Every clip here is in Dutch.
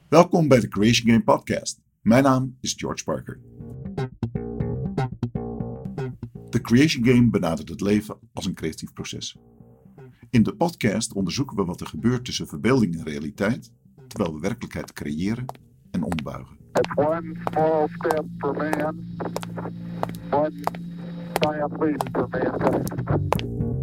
Welkom bij de Creation Game Podcast. Mijn naam is George Parker. De Creation Game benadert het leven als een creatief proces. In de podcast onderzoeken we wat er gebeurt tussen verbeelding en realiteit, terwijl we werkelijkheid creëren en ombuigen. One small step for man, one giant leap for mankind.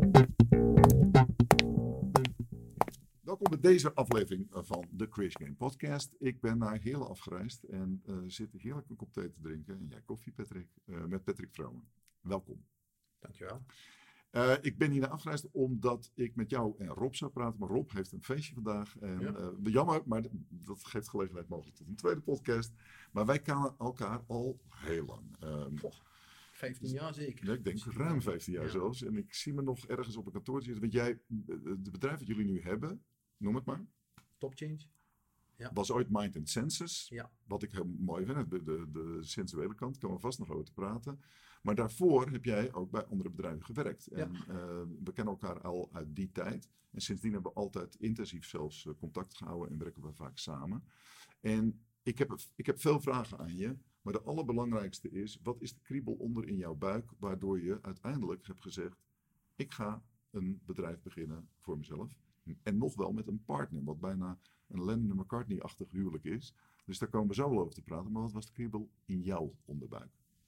Welkom bij deze aflevering van de Creation Game Podcast. Ik ben naar Heerlen afgereisd en zit heerlijk een kop thee te drinken. En jij koffie, Patrick, met Patrick Vroomen. Welkom. Dankjewel. Ik ben hier naar afgereisd omdat ik met jou en Rob zou praten. Maar Rob heeft een feestje vandaag. En, jammer, maar dat geeft gelegenheid mogelijk tot een tweede podcast. Maar wij kennen elkaar al heel lang. 15 jaar zeker. Ja, ik denk ruim 15 jaar zelfs. En ik zie me nog ergens op een kantoor zitten. Want jij, de bedrijf dat jullie nu hebben, noem het maar. Top Change. Ja. Was ooit Mind and Senses. Ja. Wat ik heel mooi vind. De sensuele kant. Kan we vast nog over te praten. Maar daarvoor heb jij ook bij andere bedrijven gewerkt. En we kennen elkaar al uit die tijd. En sindsdien hebben we altijd intensief zelfs contact gehouden. En werken we vaak samen. En ik heb veel vragen aan je. Maar de allerbelangrijkste is, wat is de kriebel onder in jouw buik, waardoor je uiteindelijk hebt gezegd, ik ga een bedrijf beginnen voor mezelf. En nog wel met een partner, wat bijna een Lennon-McCartney-achtig huwelijk is. Dus daar komen we zo wel over te praten. Maar wat was de kriebel in jouw onderbuik?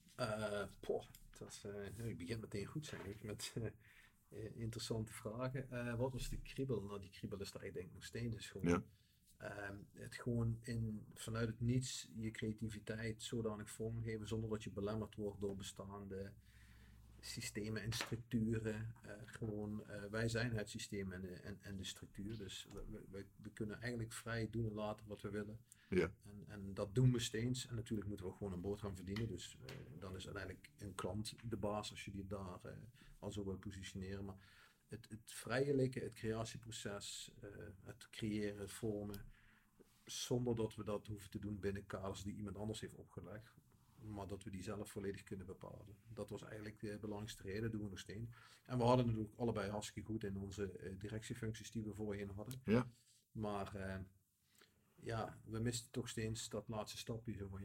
Ik begin meteen goed, zeg ik, met interessante vragen. Wat was de kriebel? Nou, die kriebel is daar, ik denk, nog steeds. Dus gewoon, het gewoon vanuit het niets je creativiteit zodanig vormgeven zonder dat je belemmerd wordt door bestaande systemen en structuren. Wij zijn het systeem en de structuur. Dus we kunnen eigenlijk vrij doen en laten wat we willen. Ja. En dat doen we steeds. En natuurlijk moeten we gewoon een boterham verdienen. Dus dan is uiteindelijk een klant de baas als je die daar al zo wil positioneren. Maar het vrijelijke, het creatieproces, het creëren, het vormen, zonder dat we dat hoeven te doen binnen kaders die iemand anders heeft opgelegd. Maar dat we die zelf volledig kunnen bepalen. Dat was eigenlijk de belangrijkste reden, dat doen we nog steeds. En we hadden natuurlijk allebei hartstikke goed in onze directiefuncties die we voorheen hadden. Ja. Maar we misten toch steeds dat laatste stapje. Zo van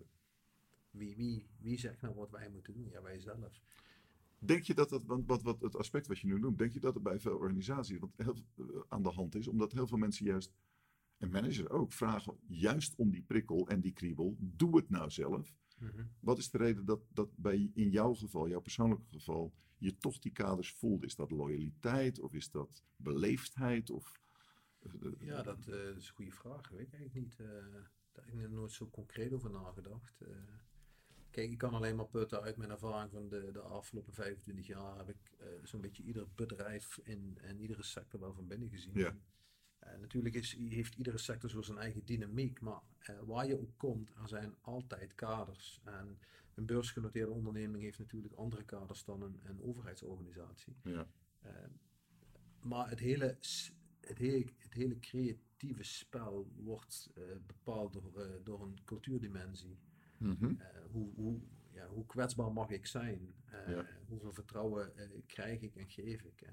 wie zegt nou wat wij moeten doen? Ja, wij zelf. Denk je dat wat het aspect wat je nu noemt, denk je dat er bij veel organisaties aan de hand is? Omdat heel veel mensen juist, en managers ook, vragen juist om die prikkel en die kriebel. Doe het nou zelf. Mm-hmm. Wat is de reden dat in jouw geval, jouw persoonlijke geval, je toch die kaders voelt? Is dat loyaliteit of is dat beleefdheid? Dat is een goede vraag. Weet ik eigenlijk niet. Daar heb ik nooit zo concreet over nagedacht. Kijk, ik kan alleen maar putten uit mijn ervaring van de afgelopen 25 jaar. Heb ik zo'n beetje ieder bedrijf en iedere sector wel van binnen gezien. Ja. Natuurlijk heeft iedere sector zo zijn eigen dynamiek, maar waar je ook komt, er zijn altijd kaders. En een beursgenoteerde onderneming heeft natuurlijk andere kaders dan een overheidsorganisatie. Ja. Maar het hele creatieve spel wordt bepaald door een cultuurdimensie. Mm-hmm. Hoe kwetsbaar mag ik zijn? Hoeveel vertrouwen krijg ik en geef ik?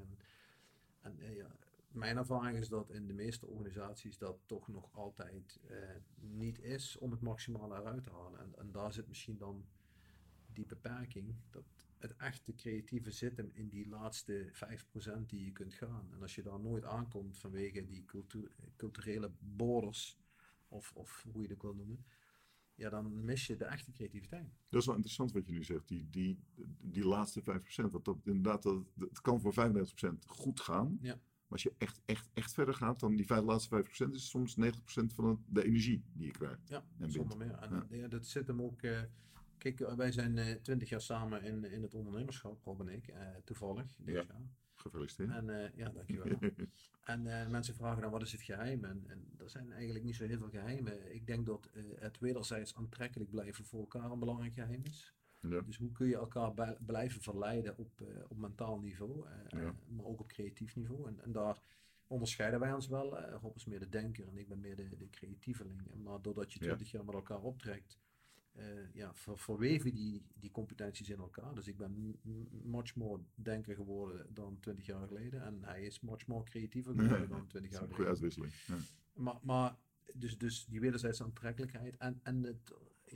Mijn ervaring is dat in de meeste organisaties dat toch nog altijd niet is om het maximale eruit te halen. En daar zit misschien dan die beperking, dat het echte creatieve zit hem in die laatste 5% die je kunt gaan. En als je daar nooit aankomt vanwege die culturele borders, of hoe je het wil noemen, ja, dan mis je de echte creativiteit. Dat is wel interessant wat je nu zegt, die laatste 5%. Want het kan voor 95% goed gaan. Ja. Maar als je echt verder gaat, dan die laatste 5% is soms 90% van de energie die je krijgt. Ja, en zonder meer. En dat zit hem ook. Kijk, wij zijn 20 jaar samen in het ondernemerschap, Rob en ik, toevallig dit jaar. Gefeliciteerd. En dankjewel. En mensen vragen dan wat is het geheim? En er zijn eigenlijk niet zo heel veel geheimen. Ik denk dat het wederzijds aantrekkelijk blijven voor elkaar een belangrijk geheim is. Ja. Dus hoe kun je elkaar blijven verleiden op mentaal niveau, maar ook op creatief niveau. En daar onderscheiden wij ons wel. Rob is meer de denker en ik ben meer de creatieveling. Maar doordat je 20 jaar met elkaar optrekt, verweven die competenties in elkaar. Dus ik ben much more denker geworden dan 20 jaar geleden. En hij is much more creatiever geworden dan 20 jaar geleden. Goede uitwisseling. Ja. Maar dus die wederzijdse aantrekkelijkheid en het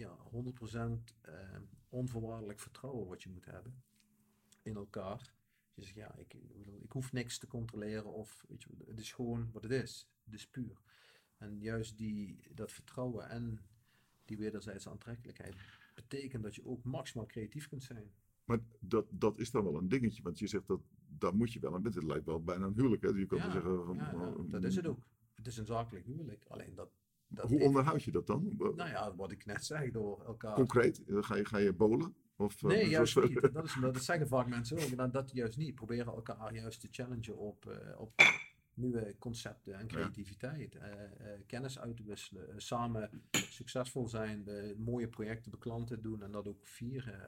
100% onvoorwaardelijk vertrouwen wat je moet hebben in elkaar. Je zegt, ja, ik hoef niks te controleren of weet je, het is gewoon wat het is. Het is puur. En juist dat vertrouwen en die wederzijdse aantrekkelijkheid betekent dat je ook maximaal creatief kunt zijn. Maar dat is dan wel een dingetje, want je zegt dat daar moet je wel aan bent. Het lijkt wel bijna een huwelijk, hè? Je kan wel zeggen van, dat is het ook. Het is een zakelijk huwelijk. Alleen dat hoe onderhoud je dat dan? Nou ja, wat ik net zeg, door elkaar... Concreet? Ga je bowlen? Of, nee, juist niet. Dat zeggen vaak mensen ook. Dat juist niet. Proberen elkaar juist te challengen op nieuwe concepten en creativiteit. Kennis uit te wisselen. Samen succesvol zijn. Mooie projecten bij klanten doen en dat ook vieren.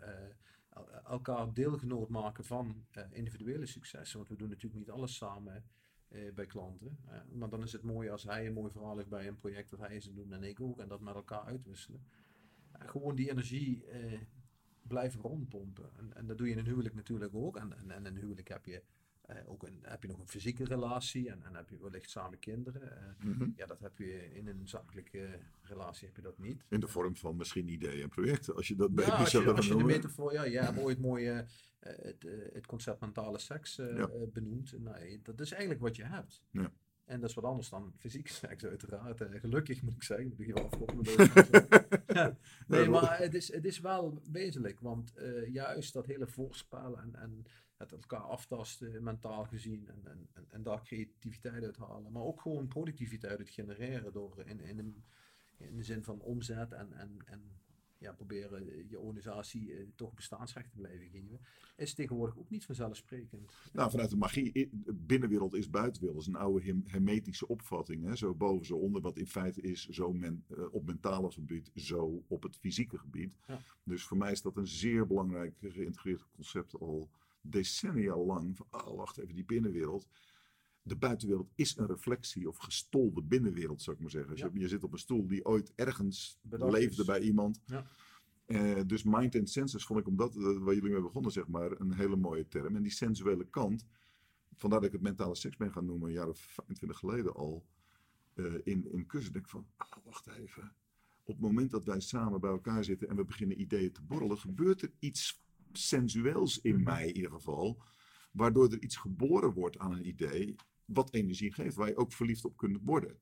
Elkaar deelgenoot maken van individuele successen. Want we doen natuurlijk niet alles samen bij klanten. Maar dan is het mooi als hij een mooi verhaal heeft bij een project dat hij is doen en ik ook. En dat met elkaar uitwisselen. Gewoon die energie blijven rondpompen. En dat doe je in een huwelijk natuurlijk ook. En in een huwelijk heb je heb je nog een fysieke relatie en heb je wellicht samen kinderen. Ja, dat heb je in een zakelijke relatie heb je dat niet. In de vorm van misschien ideeën en projecten, als je dat bij als jezelf je de metafoor, jij hebt ooit mooi het concept mentale seks benoemd. Nou, dat is eigenlijk wat je hebt. Ja. En dat is wat anders dan fysieke seks uiteraard. Gelukkig moet ik zeggen, moet ik je wel afkomen. Nee, maar het is wel wezenlijk, want juist dat hele voorspellen en het elkaar aftasten, mentaal gezien, en daar creativiteit uit halen, maar ook gewoon productiviteit uit genereren door in de zin van omzet en proberen je organisatie toch bestaansrecht te blijven geven, is tegenwoordig ook niet vanzelfsprekend. Nou, vanuit de magie, binnenwereld is buitenwereld. Dat is een oude hermetische opvatting. Hè? Zo boven, zo onder, wat in feite is zo op mentale gebied, zo op het fysieke gebied. Ja. Dus voor mij is dat een zeer belangrijk geïntegreerd concept al decennia lang. Van, wacht even, die binnenwereld. De buitenwereld is een reflectie of gestolde binnenwereld, zou ik maar zeggen. Dus je zit op een stoel die ooit ergens leefde bij iemand. Ja. Dus mind and senses vond ik, omdat waar jullie mee begonnen, zeg maar, een hele mooie term. En die sensuele kant, vandaar dat ik het mentale seks ben gaan noemen, een jaar of 25 geleden al, in cursus, denk ik van, wacht even. Op het moment dat wij samen bij elkaar zitten en we beginnen ideeën te borrelen, gebeurt er iets sensueels in mij in ieder geval, waardoor er iets geboren wordt aan een idee, wat energie geeft, waar je ook verliefd op kunt worden.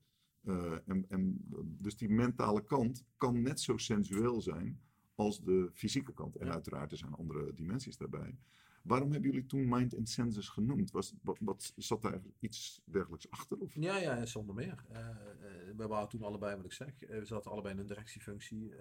Dus die mentale kant kan net zo sensueel zijn als de fysieke kant. En uiteraard er zijn andere dimensies daarbij. Waarom hebben jullie toen Mind and Senses genoemd? Wat zat daar iets dergelijks achter? Of? Ja, zonder meer. We waren toen allebei, wat ik zeg, we zaten allebei in een directiefunctie.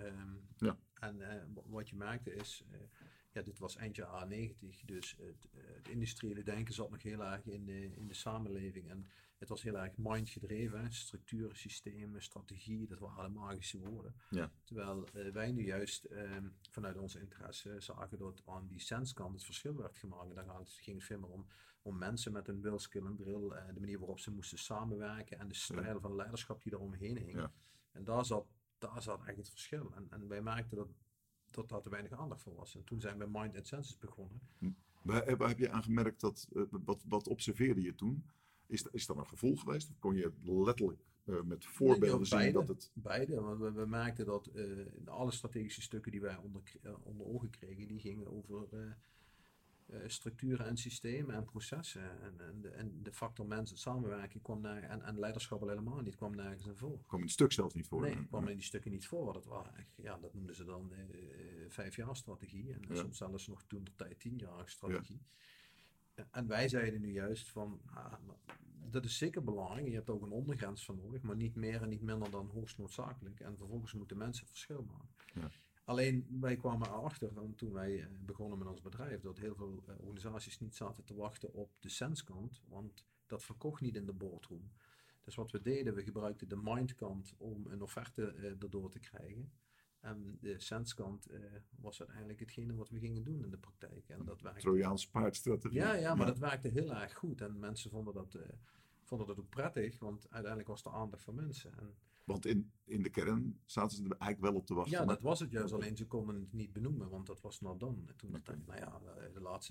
En wat je merkte is, dit was eind jaren 90, dus het industriële denken zat nog heel erg in de samenleving. En het was heel erg mind gedreven, structuren, systemen, strategie, dat waren de magische woorden. Ja. Terwijl wij nu juist vanuit onze interesse zagen dat aan die senskant het verschil werd gemaakt. En dan ging het veel meer om mensen met een will, skill en drill, de manier waarop ze moesten samenwerken en de stijl van leiderschap die daaromheen hing. Ja. En daar zat eigenlijk het verschil. En wij merkten dat daar te weinig aandacht voor was. En toen zijn we Mind and Senses begonnen. Heb je aangemerkt dat, wat observeerde je toen? Is dat een gevoel geweest? Of kon je letterlijk met voorbeelden zien dat het... Beide, want we merkten dat alle strategische stukken die wij onder ogen kregen, die gingen over structuren en systemen en processen. En de factor mensen samenwerken kwam en leiderschap al helemaal niet, kwam nergens in voor. Kwam in het stuk zelfs niet voor? Nee, kwam in die stukken niet voor. Dat noemden ze dan 5 jaar strategie. En soms zelfs nog toen de tijd 10 jaar strategie. Ja. En wij zeiden nu juist van, dat is zeker belangrijk. Je hebt ook een ondergrens van nodig, maar niet meer en niet minder dan hoogst noodzakelijk. En vervolgens moeten mensen verschil maken. Ja. Alleen wij kwamen erachter, toen wij begonnen met ons bedrijf, dat heel veel organisaties niet zaten te wachten op de senskant, want dat verkocht niet in de boardroom. Dus wat we deden, we gebruikten de mindkant om een offerte erdoor te krijgen. En de senskant was uiteindelijk hetgene wat we gingen doen in de praktijk. En dat werkte. Trojaans paardstrategie. Ja, maar dat werkte heel erg goed. En mensen vonden dat ook prettig, want uiteindelijk was er aandacht voor mensen. Want in de kern zaten ze er eigenlijk wel op te wachten. Ja, dat was het juist. Alleen ze konden het niet benoemen, want dat was nou dan. Toen de laatste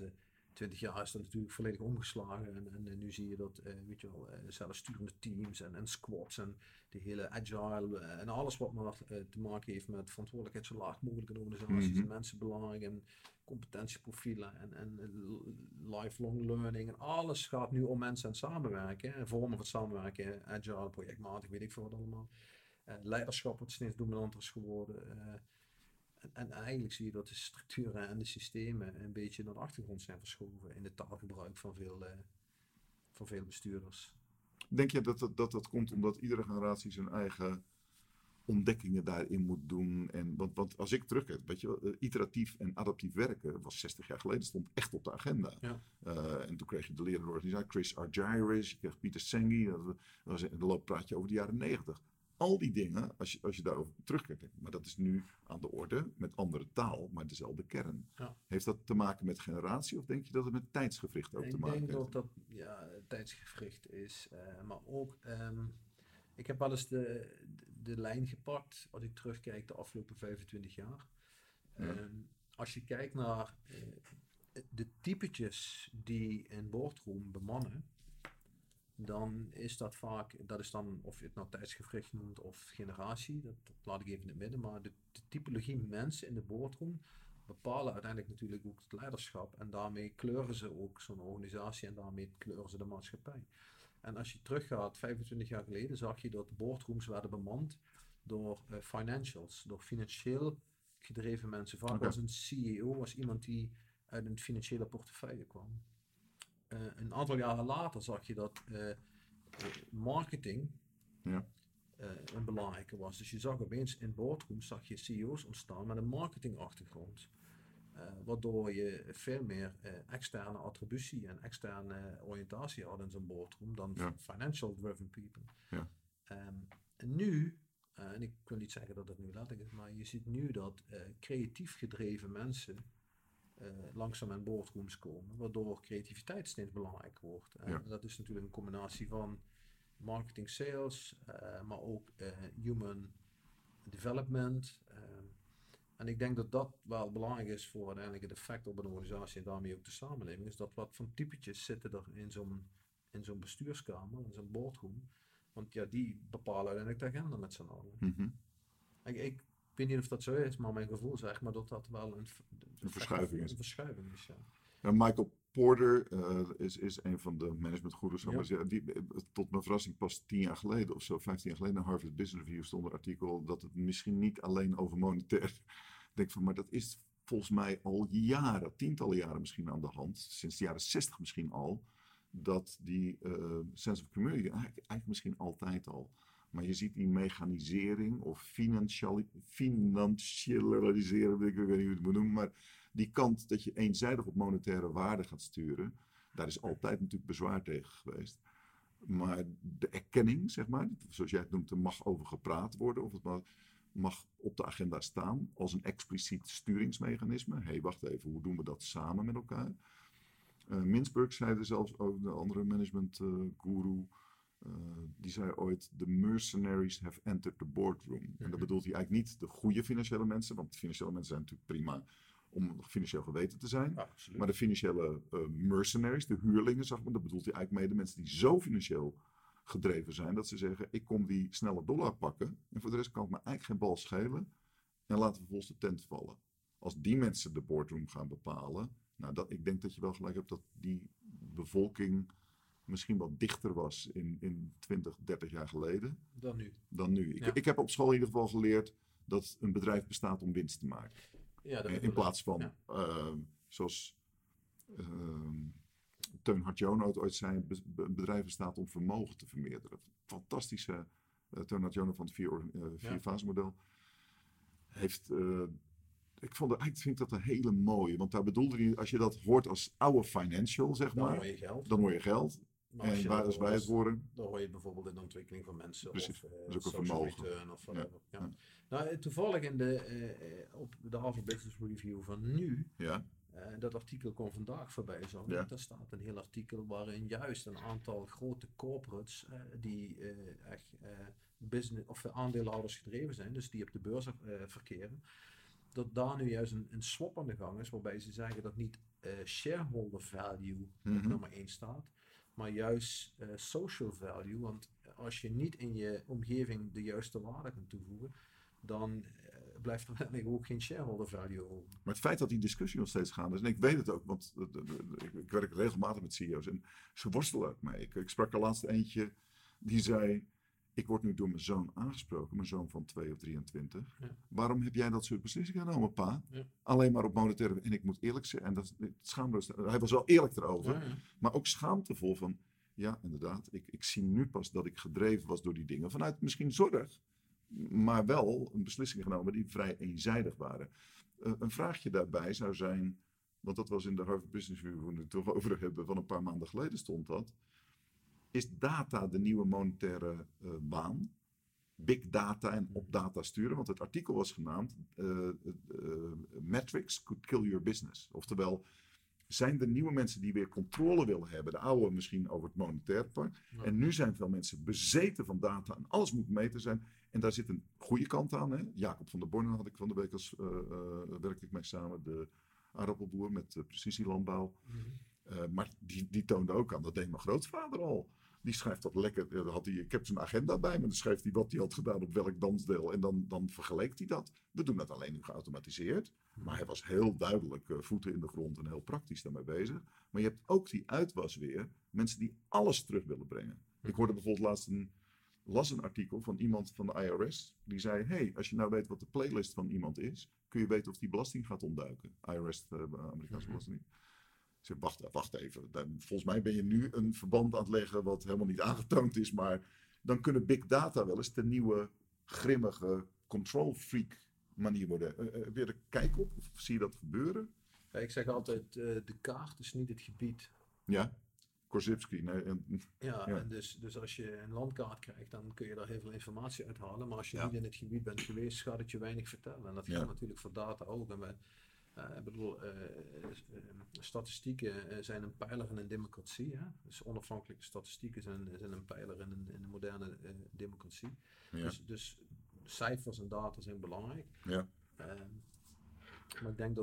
20 jaar is dat natuurlijk volledig omgeslagen. En nu zie je dat, weet je wel, zelfsturende teams en squads en de hele agile en alles wat maar te maken heeft met verantwoordelijkheid zo laag mogelijk in organisaties en mensenbelang en competentieprofielen en lifelong learning en alles gaat nu om mensen en samenwerken. En vormen van samenwerken, agile, projectmatig, weet ik veel wat allemaal. Leiderschap wat steeds dominanter is geworden. En eigenlijk zie je dat de structuren en de systemen een beetje naar de achtergrond zijn verschoven in het taalgebruik van veel bestuurders. Denk je dat komt omdat iedere generatie zijn eigen ontdekkingen daarin moet doen? Want als ik terugkijk, weet je wel, iteratief en adaptief werken was 60 jaar geleden, stond echt op de agenda. Ja. En toen kreeg je de lerende organisatie, Chris Argyris, je kreeg Pieter Senge, dat was een looppraatje over de jaren 90. Al die dingen, als je daarover terugkijkt, maar dat is nu aan de orde met andere taal, maar dezelfde kern. Ja. Heeft dat te maken met generatie of denk je dat het met tijdsgevricht ook te maken heeft? Ik denk dat tijdsgevricht is, maar ook, ik heb wel eens de lijn gepakt als ik terugkijk de afgelopen 25 jaar. Ja. Als je kijkt naar de typetjes die een boardroom bemannen, dan is dat vaak, of je het nou tijdsgevricht noemt of generatie, dat laat ik even in het midden, maar de typologie mensen in de boardroom bepalen uiteindelijk natuurlijk ook het leiderschap en daarmee kleuren ze ook zo'n organisatie en daarmee kleuren ze de maatschappij. En als je teruggaat, 25 jaar geleden zag je dat boardrooms werden bemand door financials, door financieel gedreven mensen. Vaak als een CEO, was iemand die uit een financiële portefeuille kwam. Een aantal jaren later zag je dat marketing een belangrijke was. Dus je zag opeens in boardrooms zag je CEO's ontstaan met een marketingachtergrond. Waardoor je veel meer externe attributie en externe oriëntatie had in zo'n boardroom dan financial driven people. Ja. En nu, en ik wil niet zeggen dat het nu letterlijk is, maar je ziet nu dat creatief gedreven mensen langzaam in boardrooms komen, waardoor creativiteit steeds belangrijker wordt. En dat is natuurlijk een combinatie van marketing, sales, maar ook human development. En ik denk dat dat wel belangrijk is voor uiteindelijk het effect op een organisatie en daarmee ook de samenleving. Is dat wat van typetjes zitten er in zo'n bestuurskamer, in zo'n boardroom. Want ja, die bepalen uiteindelijk de agenda met z'n allen. Mm-hmm. Ik weet niet of dat zo is, maar mijn gevoel zegt maar dat dat wel een verschuiving is. Een verschuiving is, ja. Ja, Michael Porter is een van de managementgoeroes. Die tot mijn verrassing pas 10 jaar geleden of zo, 15 jaar geleden in Harvard Business Review stond een artikel dat het misschien niet alleen over monetair. Ik denk van, maar dat is volgens mij al jaren, tientallen jaren misschien aan de hand, sinds de jaren 60 misschien al, dat die sense of community, eigenlijk misschien altijd al, maar je ziet die mechanisering of financialiseren, ik weet niet hoe je het moet noemen, maar die kant dat je eenzijdig op monetaire waarde gaat sturen, daar is altijd natuurlijk bezwaar tegen geweest. Maar de erkenning, zeg maar, zoals jij het noemt, er mag over gepraat worden, of het mag op de agenda staan als een expliciet sturingsmechanisme. Hé, wacht even, hoe doen we dat samen met elkaar? Mintzberg zei er zelfs ook, de andere management guru, die zei ooit, the mercenaries have entered the boardroom. En dat bedoelt hij eigenlijk niet de goede financiële mensen, want financiële mensen zijn natuurlijk prima om financieel geweten te zijn. Absoluut. Maar de financiële mercenaries, de huurlingen, zeg maar, dat bedoelt hij eigenlijk mee de mensen die zo financieel gedreven zijn, dat ze zeggen, ik kom die snelle dollar pakken en voor de rest kan het me eigenlijk geen bal schelen en laten we vervolgens de tent vallen. Als die mensen de boardroom gaan bepalen, nou, ik denk dat je wel gelijk hebt dat die bevolking misschien wel dichter was in 20, 30 jaar geleden dan nu. Ik heb op school in ieder geval geleerd dat een bedrijf bestaat om winst te maken. Ja, in plaats van, zoals Teun Hartjono ooit zei, een bedrijf bestaat om vermogen te vermeerderen. Fantastische Teun Hartjono van het vierfase model heeft... ik vind dat een hele mooie, want daar bedoelde hij, als je dat hoort als oude financial, zeg maar, dan hoor je geld. En waar als wij het horen. Dan hoor je bijvoorbeeld in de ontwikkeling van mensen. Precies, of dat is ook een vermogen. return of whatever. Ja. Nou, toevallig op de Harvard Business Review van nu, dat artikel kwam vandaag voorbij. Daar staat een heel artikel waarin juist een aantal grote corporates die echt business of aandeelhouders gedreven zijn, dus die op de beurs verkeren, dat daar nu juist een swap aan de gang is, waarbij ze zeggen dat niet shareholder value op Mhm. nummer 1 staat, maar juist social value. Want als je niet in je omgeving de juiste waarde kan toevoegen, dan blijft er eigenlijk ook geen shareholder value over. Maar het feit dat die discussie nog steeds gaande is, en ik weet het ook, want ik werk regelmatig met CEO's en ze worstelen ook mee. Ik sprak er laatst eentje die zei: ik word nu door mijn zoon aangesproken, mijn zoon van 2 of 23. Ja. Waarom heb jij dat soort beslissingen genomen, pa? Ja. Alleen maar op monetaire. En ik moet eerlijk zeggen, en dat is schaamloos. Hij was wel eerlijk erover, Ja, ja. maar ook schaamtevol van: ja, inderdaad, ik zie nu pas dat ik gedreven was door die dingen. Vanuit misschien zorg, maar wel een beslissing genomen die vrij eenzijdig waren. Een vraagje daarbij zou zijn, want dat was in de Harvard Business Review, waar we het toch over hebben, van een paar maanden geleden stond dat. Is data de nieuwe monetaire baan? Big data en op data sturen? Want het artikel was genaamd Metrics could kill your business. Oftewel, zijn er nieuwe mensen die weer controle willen hebben? De oude misschien over het monetaire part. Ja. En nu zijn veel mensen bezeten van data en alles moet meten zijn. En daar zit een goede kant aan. Hè? Jacob van der Bornen had ik van de week als werkte ik mee samen. De aardappelboer met precisielandbouw. Maar die toonde ook aan, dat deed mijn grootvader al. Die schrijft dat lekker. Ik heb zijn agenda bij me. Dan schrijft hij wat hij had gedaan op welk dansdeel. En dan vergeleek hij dat. We doen dat alleen nu geautomatiseerd. Maar hij was heel duidelijk voeten in de grond en heel praktisch daarmee bezig. Maar je hebt ook die uitwas weer. Mensen die alles terug willen brengen. Ik hoorde bijvoorbeeld laatst las een artikel van iemand van de IRS. Die zei, hey, als je nou weet wat de playlist van iemand is, kun je weten of die belasting gaat ontduiken. IRS, Amerikaanse Belastingdienst. Ik zeg, wacht even. Volgens mij ben je nu een verband aan het leggen wat helemaal niet aangetoond is. Maar dan kunnen big data wel eens de nieuwe grimmige control freak manier worden. Heb je er kijk op? Of zie je dat gebeuren? Ja, ik zeg altijd, de kaart is niet het gebied. Ja, Korzybski. Nee, Ja, Ja. en dus als je een landkaart krijgt, dan kun je daar heel veel informatie uithalen. Maar als je Ja. niet in het gebied bent geweest, gaat het je weinig vertellen. En dat geldt natuurlijk voor data ook. En ik bedoel, statistieken zijn een pijler in een democratie. Hè? Dus onafhankelijke statistieken zijn een pijler in een moderne democratie. Ja. Dus cijfers en data zijn belangrijk. Ja. Maar ik denk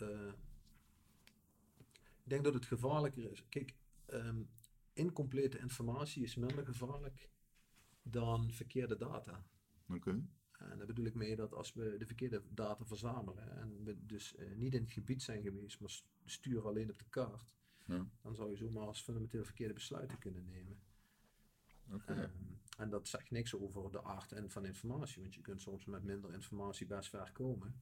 dat het gevaarlijker is. Kijk, incomplete informatie is minder gevaarlijk dan verkeerde data. Oké. En daar bedoel ik mee dat als we de verkeerde data verzamelen en we dus niet in het gebied zijn geweest, maar sturen alleen op de kaart, Ja. dan zou je zomaar als fundamenteel verkeerde besluiten kunnen nemen. Oké. En dat zegt niks over de aard van informatie, want je kunt soms met minder informatie best ver komen.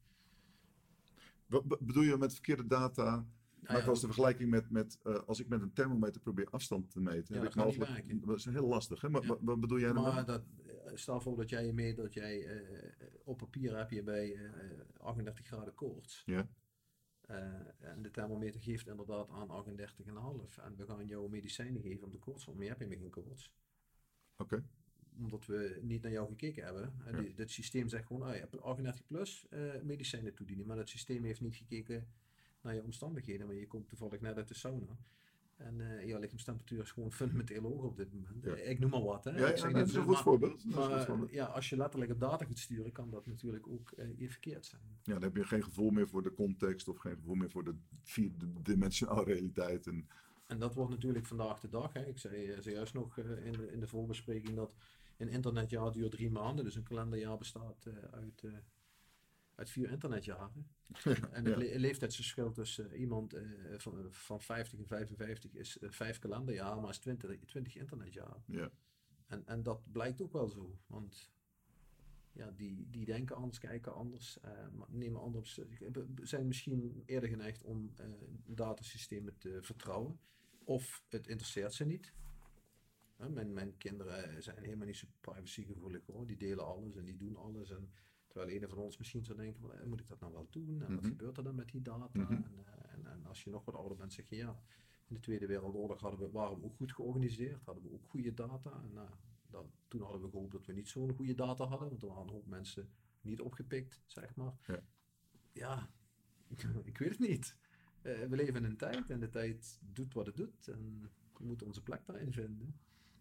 Wat bedoel je met verkeerde data? Maar ja, was de vergelijking met als ik met een thermometer probeer afstand te meten. Ja, heb dat ik gaat niet mogelijk. werken. Dat is heel lastig. Hè? Maar Ja. wat bedoel jij Maar dan? stel voor dat jij op papier heb je bij 38 graden koorts. Ja. En de thermometer geeft inderdaad aan 38,5. En we gaan jou medicijnen geven om de koorts op. Maar je hebt helemaal geen koorts. Oké. Omdat we niet naar jou gekeken hebben. En het systeem zegt gewoon, je hebt 38 plus medicijnen toedienen. Maar het systeem heeft niet gekeken naar je omstandigheden. Maar je komt toevallig net uit de sauna. En jouw lichaamstemperatuur is gewoon fundamenteel hoog op dit moment. Ja. Ik noem maar wat. Hè. Ja, Ik zeg dat niet- is een goed voorbeeld. Dat is een goed Maar voorbeeld. ja, als je letterlijk op data gaat sturen, kan dat natuurlijk ook verkeerd zijn. Ja, dan heb je geen gevoel meer voor de context of geen gevoel meer voor de vierdimensionale realiteit. En dat wordt natuurlijk vandaag de dag. Hè. Ik zei zojuist nog in de voorbespreking dat een internetjaar duurt 3 maanden. Dus een kalenderjaar bestaat uit 4 internetjaren. En het leeftijdsverschil tussen iemand van 50 en 55 is 5 kalenderjaren, maar is 20 internetjaren. Ja. En dat blijkt ook wel zo. Want ja, die denken anders, kijken anders, nemen andere beslissingen. Zijn misschien eerder geneigd om datasystemen te vertrouwen. Of het interesseert ze niet. Mijn kinderen zijn helemaal niet zo privacygevoelig hoor. Die delen alles en die doen alles. En terwijl een van ons misschien zou denken, moet ik dat nou wel doen? En wat gebeurt er dan met die data? En als je nog wat ouder bent zeg je ja, in de Tweede Wereldoorlog waren we ook goed georganiseerd. Hadden we ook goede data. En toen hadden we gehoopt dat we niet zo'n goede data hadden. Want er waren een hoop mensen niet opgepikt, zeg maar. Ja, ik weet het niet. We leven in een tijd en de tijd doet wat het doet. En we moeten onze plek daarin vinden.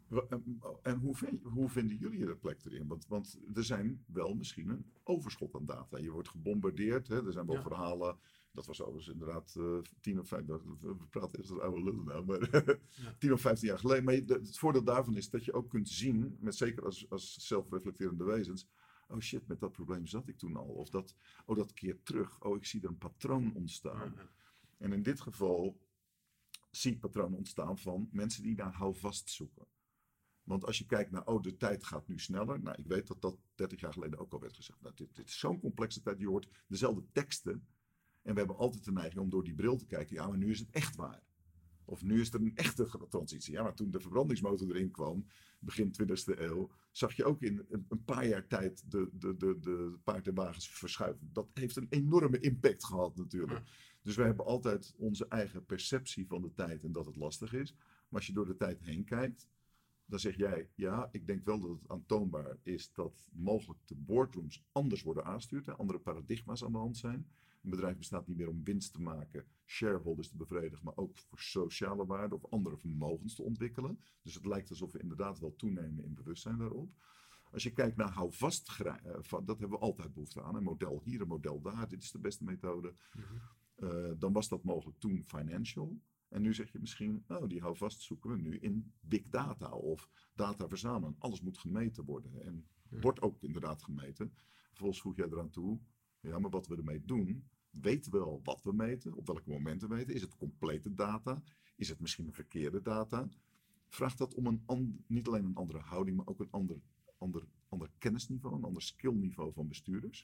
En hoe vinden jullie de plek erin? Want er zijn wel misschien een overschot aan data. Je wordt gebombardeerd. Hè? Er zijn wel verhalen. Dat was overigens inderdaad 10 of 15. We praten eerst als oude lullen nou. Maar 10 of 15 jaar geleden. Maar het voordeel daarvan is dat je ook kunt zien. Zeker als zelfreflecterende wezens. Oh shit, met dat probleem zat ik toen al. Of dat keert terug. Oh, ik zie er een patroon ontstaan. En in dit geval zie ik patronen ontstaan van mensen die naar houvast zoeken. Want als je kijkt naar, de tijd gaat nu sneller. Nou, ik weet dat 30 jaar geleden ook al werd gezegd. Nou, dit is zo'n complexe tijd. Je hoort dezelfde teksten. En we hebben altijd de neiging om door die bril te kijken. Ja, maar nu is het echt waar. Of nu is er een echte transitie. Ja, maar toen de verbrandingsmotor erin kwam, begin 20e eeuw, zag je ook in een paar jaar tijd de paard en wagens verschuiven. Dat heeft een enorme impact gehad natuurlijk. Dus wij hebben altijd onze eigen perceptie van de tijd en dat het lastig is. Maar als je door de tijd heen kijkt, dan zeg jij, ja, ik denk wel dat het aantoonbaar is dat mogelijk de boardrooms anders worden aangestuurd. En andere paradigma's aan de hand zijn. Een bedrijf bestaat niet meer om winst te maken, shareholders te bevredigen, maar ook voor sociale waarde of andere vermogens te ontwikkelen. Dus het lijkt alsof we inderdaad wel toenemen in bewustzijn daarop. Als je kijkt naar houvast, dat hebben we altijd behoefte aan. Een model hier, een model daar, dit is de beste methode. Dan was dat mogelijk toen financial. En nu zeg je misschien, die houvast zoeken we nu in big data of data verzamelen. Alles moet gemeten worden en wordt ook inderdaad gemeten. Vervolgens voeg jij eraan toe, ja, maar wat we ermee doen, weten we al wat we meten, op welke momenten we meten. Is het complete data? Is het misschien een verkeerde data? Vraagt dat om niet alleen een andere houding, maar ook een ander kennisniveau, een ander skillniveau van bestuurders?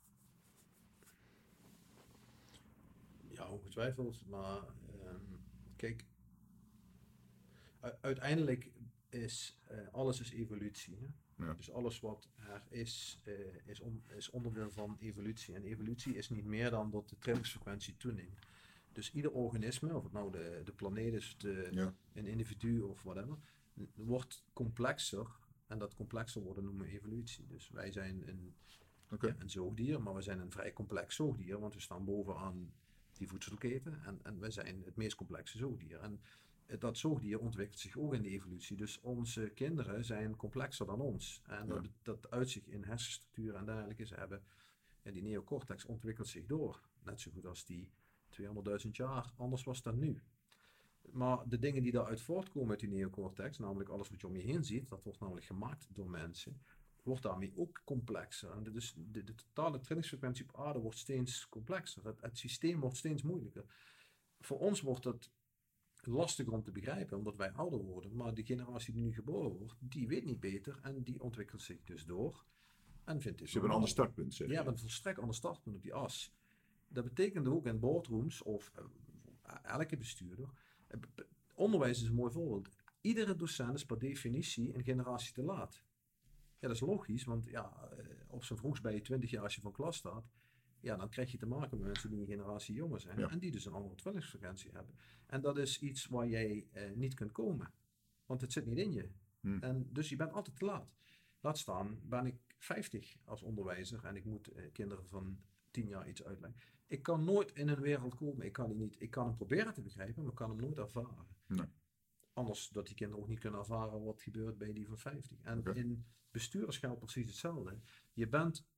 Ja, ongetwijfeld. Maar kijk, uiteindelijk is alles is evolutie. Hè? Ja. Dus alles wat er is onderdeel van evolutie. En evolutie is niet meer dan dat de trillingsfrequentie toeneemt. Dus ieder organisme, of het nou de planeet is, een individu of whatever, wordt complexer. En dat complexer worden noemen we evolutie. Dus wij zijn een zoogdier, maar we zijn een vrij complex zoogdier. Want we staan bovenaan die voedselketen. En wij zijn het meest complexe zoogdier. En dat zoogdier ontwikkelt zich ook in de evolutie. Dus onze kinderen zijn complexer dan ons. En dat uitzicht in hersenstructuur en dergelijke. Die neocortex ontwikkelt zich door. Net zo goed als die 200.000 jaar anders was dan nu. Maar de dingen die daaruit voortkomen uit die neocortex, namelijk alles wat je om je heen ziet, dat wordt namelijk gemaakt door mensen, wordt daarmee ook complexer. En dus de totale trillingsfrequentie op aarde wordt steeds complexer. Het systeem wordt steeds moeilijker. Voor ons wordt het lastiger om te begrijpen, omdat wij ouder worden. Maar de generatie die nu geboren wordt, die weet niet beter en die ontwikkelt zich dus door. En vindt dus je hebt een ander startpunt, zeg je? Ja, een volstrekt ander startpunt op die as. Dat betekent ook in boardrooms, of elke bestuurder, onderwijs is een mooi voorbeeld. Iedere docent is per definitie een generatie te laat. Ja, dat is logisch, want op zijn vroegst bij je 20 jaar als je van klas staat, ja, dan krijg je te maken met mensen die een generatie jonger zijn en die dus een andere trillingsfrequentie hebben. En dat is iets waar jij niet kunt komen, want het zit niet in je. En dus je bent altijd te laat. Laat staan, ben ik 50 als onderwijzer en ik moet kinderen van 10 jaar iets uitleggen. Ik kan nooit in een wereld komen, ik kan hem proberen te begrijpen, maar ik kan hem nooit ervaren. Nee. Anders dat die kinderen ook niet kunnen ervaren wat gebeurt bij die van 50. En in bestuurders geldt precies hetzelfde. Je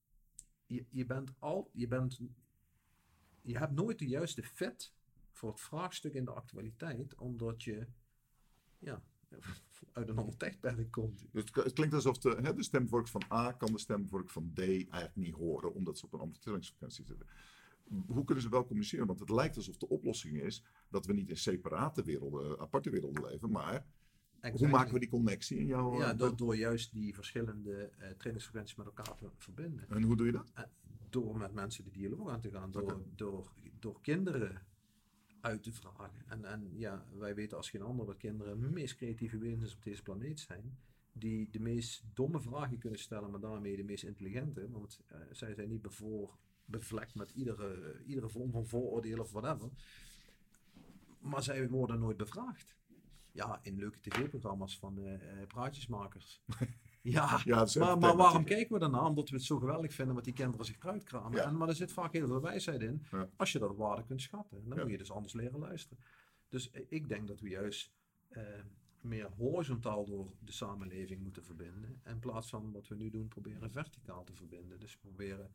hebt nooit de juiste fit voor het vraagstuk in de actualiteit, omdat je uit een ander tijdperk komt. Dus het klinkt alsof de stemvork van A kan de stemvork van D eigenlijk niet horen, omdat ze op een andere trillingsfrequentie zitten. Hoe kunnen ze wel communiceren? Want het lijkt alsof de oplossing is dat we niet in separate werelden, aparte werelden leven, maar hoe maken we die connectie in jouw... Ja, door juist die verschillende trillingsfrequenties met elkaar te verbinden. En hoe doe je dat? Door met mensen de dialoog aan te gaan, door kinderen uit te vragen. En wij weten als geen ander dat kinderen de meest creatieve wezens op deze planeet zijn, die de meest domme vragen kunnen stellen, maar daarmee de meest intelligente, want zij zijn niet bevlekt met iedere vorm van vooroordeel of whatever. Maar zij worden nooit bevraagd. Ja, in leuke tv-programma's van praatjesmakers. Maar waarom kijken we daarna? Omdat we het zo geweldig vinden wat die kinderen zich eruit kramen. Ja. Maar er zit vaak heel veel wijsheid in. Ja. Als je dat waarde kunt schatten. Dan moet je dus anders leren luisteren. Dus ik denk dat we juist meer horizontaal door de samenleving moeten verbinden. In plaats van wat we nu doen, proberen verticaal te verbinden. Dus we proberen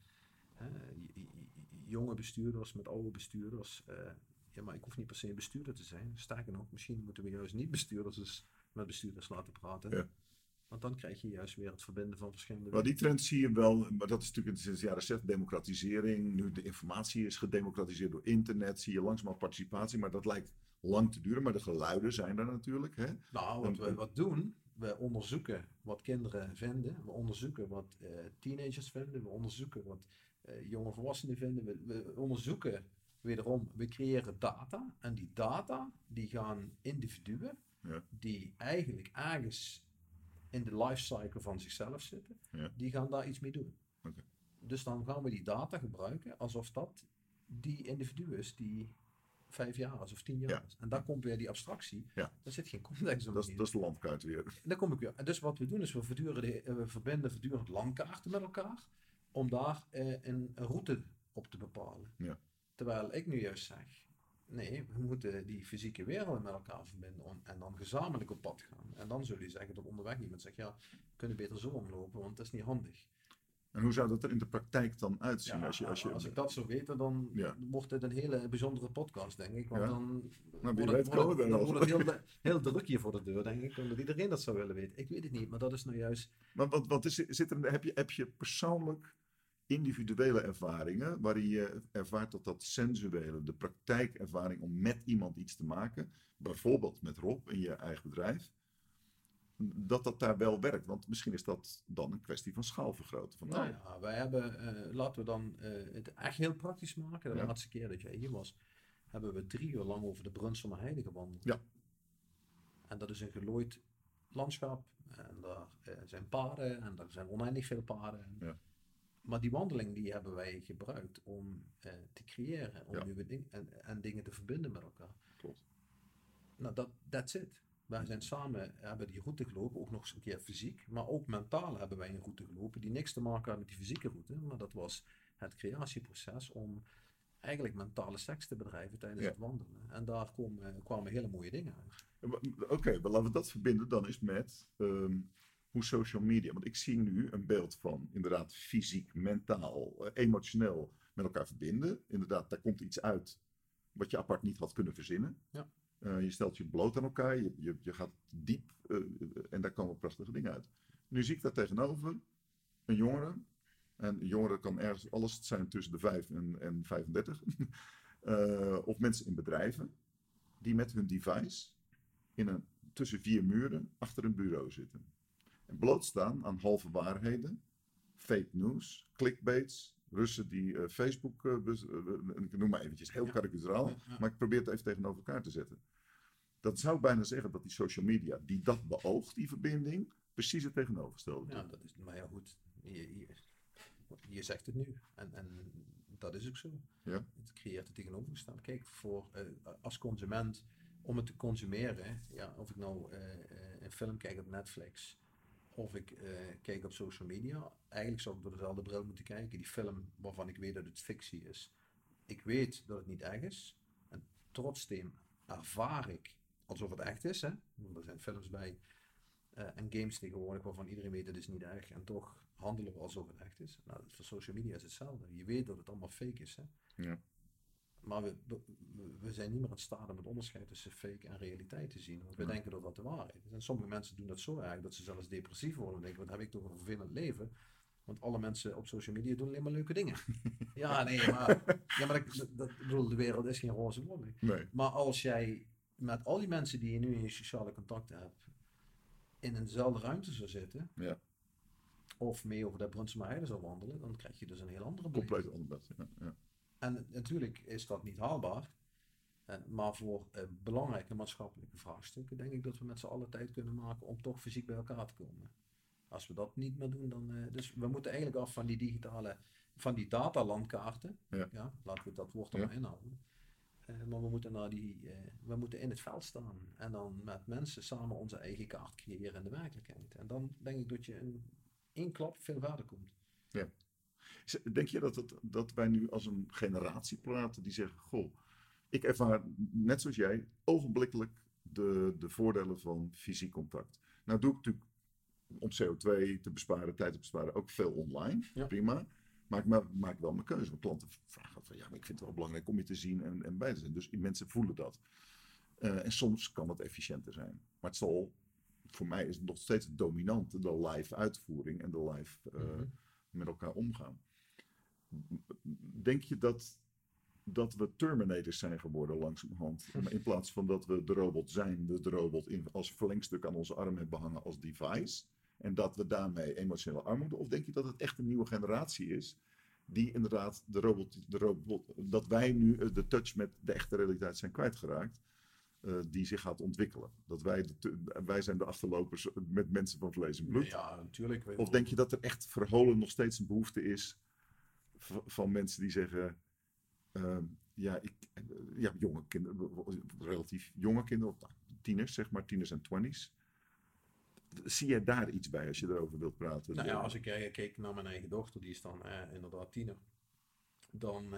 jonge bestuurders met oude bestuurders. Ja, maar ik hoef niet per se een bestuurder te zijn. Sterker nog, misschien moeten we juist niet bestuurders met bestuurders laten praten. Ja. Want dan krijg je juist weer het verbinden van verschillende... Maar die trend zie je wel, maar dat is natuurlijk sinds de jaren 60 democratisering. Nu de informatie is gedemocratiseerd door internet, zie je langzamerhand participatie. Maar dat lijkt lang te duren, maar de geluiden zijn er natuurlijk. Hè? Nou, wat we wat doen, we onderzoeken wat kinderen vinden. We onderzoeken wat teenagers vinden. We onderzoeken wat jonge volwassenen vinden. We onderzoeken wederom, we creëren data. En die data, die gaan individuen die eigenlijk ergens in de lifecycle van zichzelf zitten, die gaan daar iets mee doen. Okay. Dus dan gaan we die data gebruiken alsof dat die individu is die 5 jaar is of 10 jaar is. En daar komt weer die abstractie. Ja. Daar zit geen context op. Dat is de landkaart weer. Daar kom ik weer. En dus wat we doen is we verbinden voortdurend landkaarten met elkaar om daar een route op te bepalen. Ja. Terwijl ik nu juist zeg, nee, we moeten die fysieke wereld met elkaar verbinden en dan gezamenlijk op pad gaan. En dan zul je zeggen dat onderweg iemand zegt, ja, we kunnen beter zo omlopen, want dat is niet handig. En hoe zou dat er in de praktijk dan uitzien? Ja, als ik dat zou weten, dan wordt dit een hele bijzondere podcast, denk ik. Want dan wordt het heel druk hier voor de deur, denk ik. Omdat iedereen dat zou willen weten. Ik weet het niet, maar dat is nou juist... Maar heb je persoonlijk individuele ervaringen waarin je ervaart dat sensuele, de praktijkervaring om met iemand iets te maken, bijvoorbeeld met Rob in je eigen bedrijf, dat daar wel werkt? Want misschien is dat dan een kwestie van schaalvergroten. Van, nou ja, wij hebben, laten we dan het echt heel praktisch maken. De laatste keer dat jij hier was, hebben we 3 uur lang over de Brunsumer Heide gewandeld. Ja. En dat is een gelooid landschap. En daar zijn paden en er zijn oneindig veel paden. Ja. Maar die wandeling die hebben wij gebruikt om te creëren, om nieuwe dingen en dingen te verbinden met elkaar. Klopt. Nou, that's it. Wij zijn samen, hebben die route gelopen, ook nog eens een keer fysiek, maar ook mentaal hebben wij een route gelopen die niks te maken had met die fysieke route, maar dat was het creatieproces om eigenlijk mentale seks te bedrijven tijdens het wandelen. En daar kwamen hele mooie dingen uit. Oké, maar laten we dat verbinden dan eens met hoe social media, want ik zie nu een beeld van inderdaad fysiek, mentaal, emotioneel met elkaar verbinden. Inderdaad, daar komt iets uit wat je apart niet had kunnen verzinnen. Ja. Je stelt je bloot aan elkaar, je gaat diep en daar komen prachtige dingen uit. Nu zie ik daar tegenover een jongere. En een jongere kan ergens alles zijn tussen de 5 en 35. Of mensen in bedrijven die met hun device tussen 4 muren achter een bureau zitten. En blootstaan aan halve waarheden, fake news, clickbaits, Russen die Facebook, ik noem maar eventjes heel karikaturaal, maar ik probeer het even tegenover elkaar te zetten. Dat zou ik bijna zeggen dat die social media, die dat beoogt, die verbinding, precies het tegenovergestelde doen. Ja, dat is, maar ja goed, je zegt het nu en dat is ook zo. Ja. Het creëert het tegenovergestelde. Kijk, als consument, om het te consumeren, of ik nou een film kijk op Netflix, of ik kijk op social media, eigenlijk zou ik door dezelfde bril moeten kijken. Die film waarvan ik weet dat het fictie is. Ik weet dat het niet echt is. En trotzdem ervaar ik alsof het echt is. Hè? Want er zijn films bij en games tegenwoordig waarvan iedereen weet dat het is niet echt. En toch handelen we alsof het echt is. Nou, voor social media is hetzelfde. Je weet dat het allemaal fake is. Hè? Ja. Maar we zijn niet meer in staat om het onderscheid tussen fake en realiteit te zien. Want we denken dat dat de waarheid is. En sommige mensen doen dat zo erg dat ze zelfs depressief worden. En denken, wat heb ik toch een vervelend leven? Want alle mensen op social media doen alleen maar leuke dingen. Ja, maar ik bedoel, de wereld is geen roze wolk. Nee. Maar als jij met al die mensen die je nu in je sociale contacten hebt, in eenzelfde ruimte zou zitten, of mee over de Brunsumer Heide zou wandelen, dan krijg je dus een heel andere beleving. Compleet anders. Ja. En natuurlijk is dat niet haalbaar. Maar voor belangrijke maatschappelijke vraagstukken denk ik dat we met z'n allen tijd kunnen maken om toch fysiek bij elkaar te komen. Als we dat niet meer doen, dan... dus we moeten eigenlijk af van die van die datalandkaarten. Ja, laten we dat woord er maar inhouden. Maar we moeten in het veld staan. En dan met mensen samen onze eigen kaart creëren in de werkelijkheid. En dan denk ik dat je in één klap veel verder komt. Ja. Denk je dat wij nu als een generatie praten die zeggen, goh, ik ervaar net zoals jij ogenblikkelijk de voordelen van fysiek contact. Nou doe ik natuurlijk om CO2 te besparen, tijd te besparen, ook veel online. Ja. Prima. Maar ik maak wel mijn keuze. Want klanten vragen van, ja, maar ik vind het wel belangrijk om je te zien en bij te zijn. Dus mensen voelen dat. En soms kan het efficiënter zijn. Maar het zal, voor mij is het nog steeds het dominante, de live uitvoering en de live met elkaar omgaan. Denk je dat we Terminators zijn geworden langzamerhand? In plaats van dat we de robot zijn, de robot als verlengstuk aan onze arm hebben hangen als device. En dat we daarmee emotionele armoede. Of denk je dat het echt een nieuwe generatie is? Die inderdaad de robot dat wij nu de touch met de echte realiteit zijn kwijtgeraakt. Die zich gaat ontwikkelen. Dat wij zijn de achterlopers met mensen van vlees en bloed. Ja, natuurlijk. Of denk je dat er echt verholen nog steeds een behoefte is van mensen die zeggen... jonge kinderen, relatief jonge kinderen, of tieners, zeg maar, tieners en twenties. Zie jij daar iets bij als je erover wilt praten? Nou ja, als ik kijk naar mijn eigen dochter, die is dan inderdaad tiener. Dan,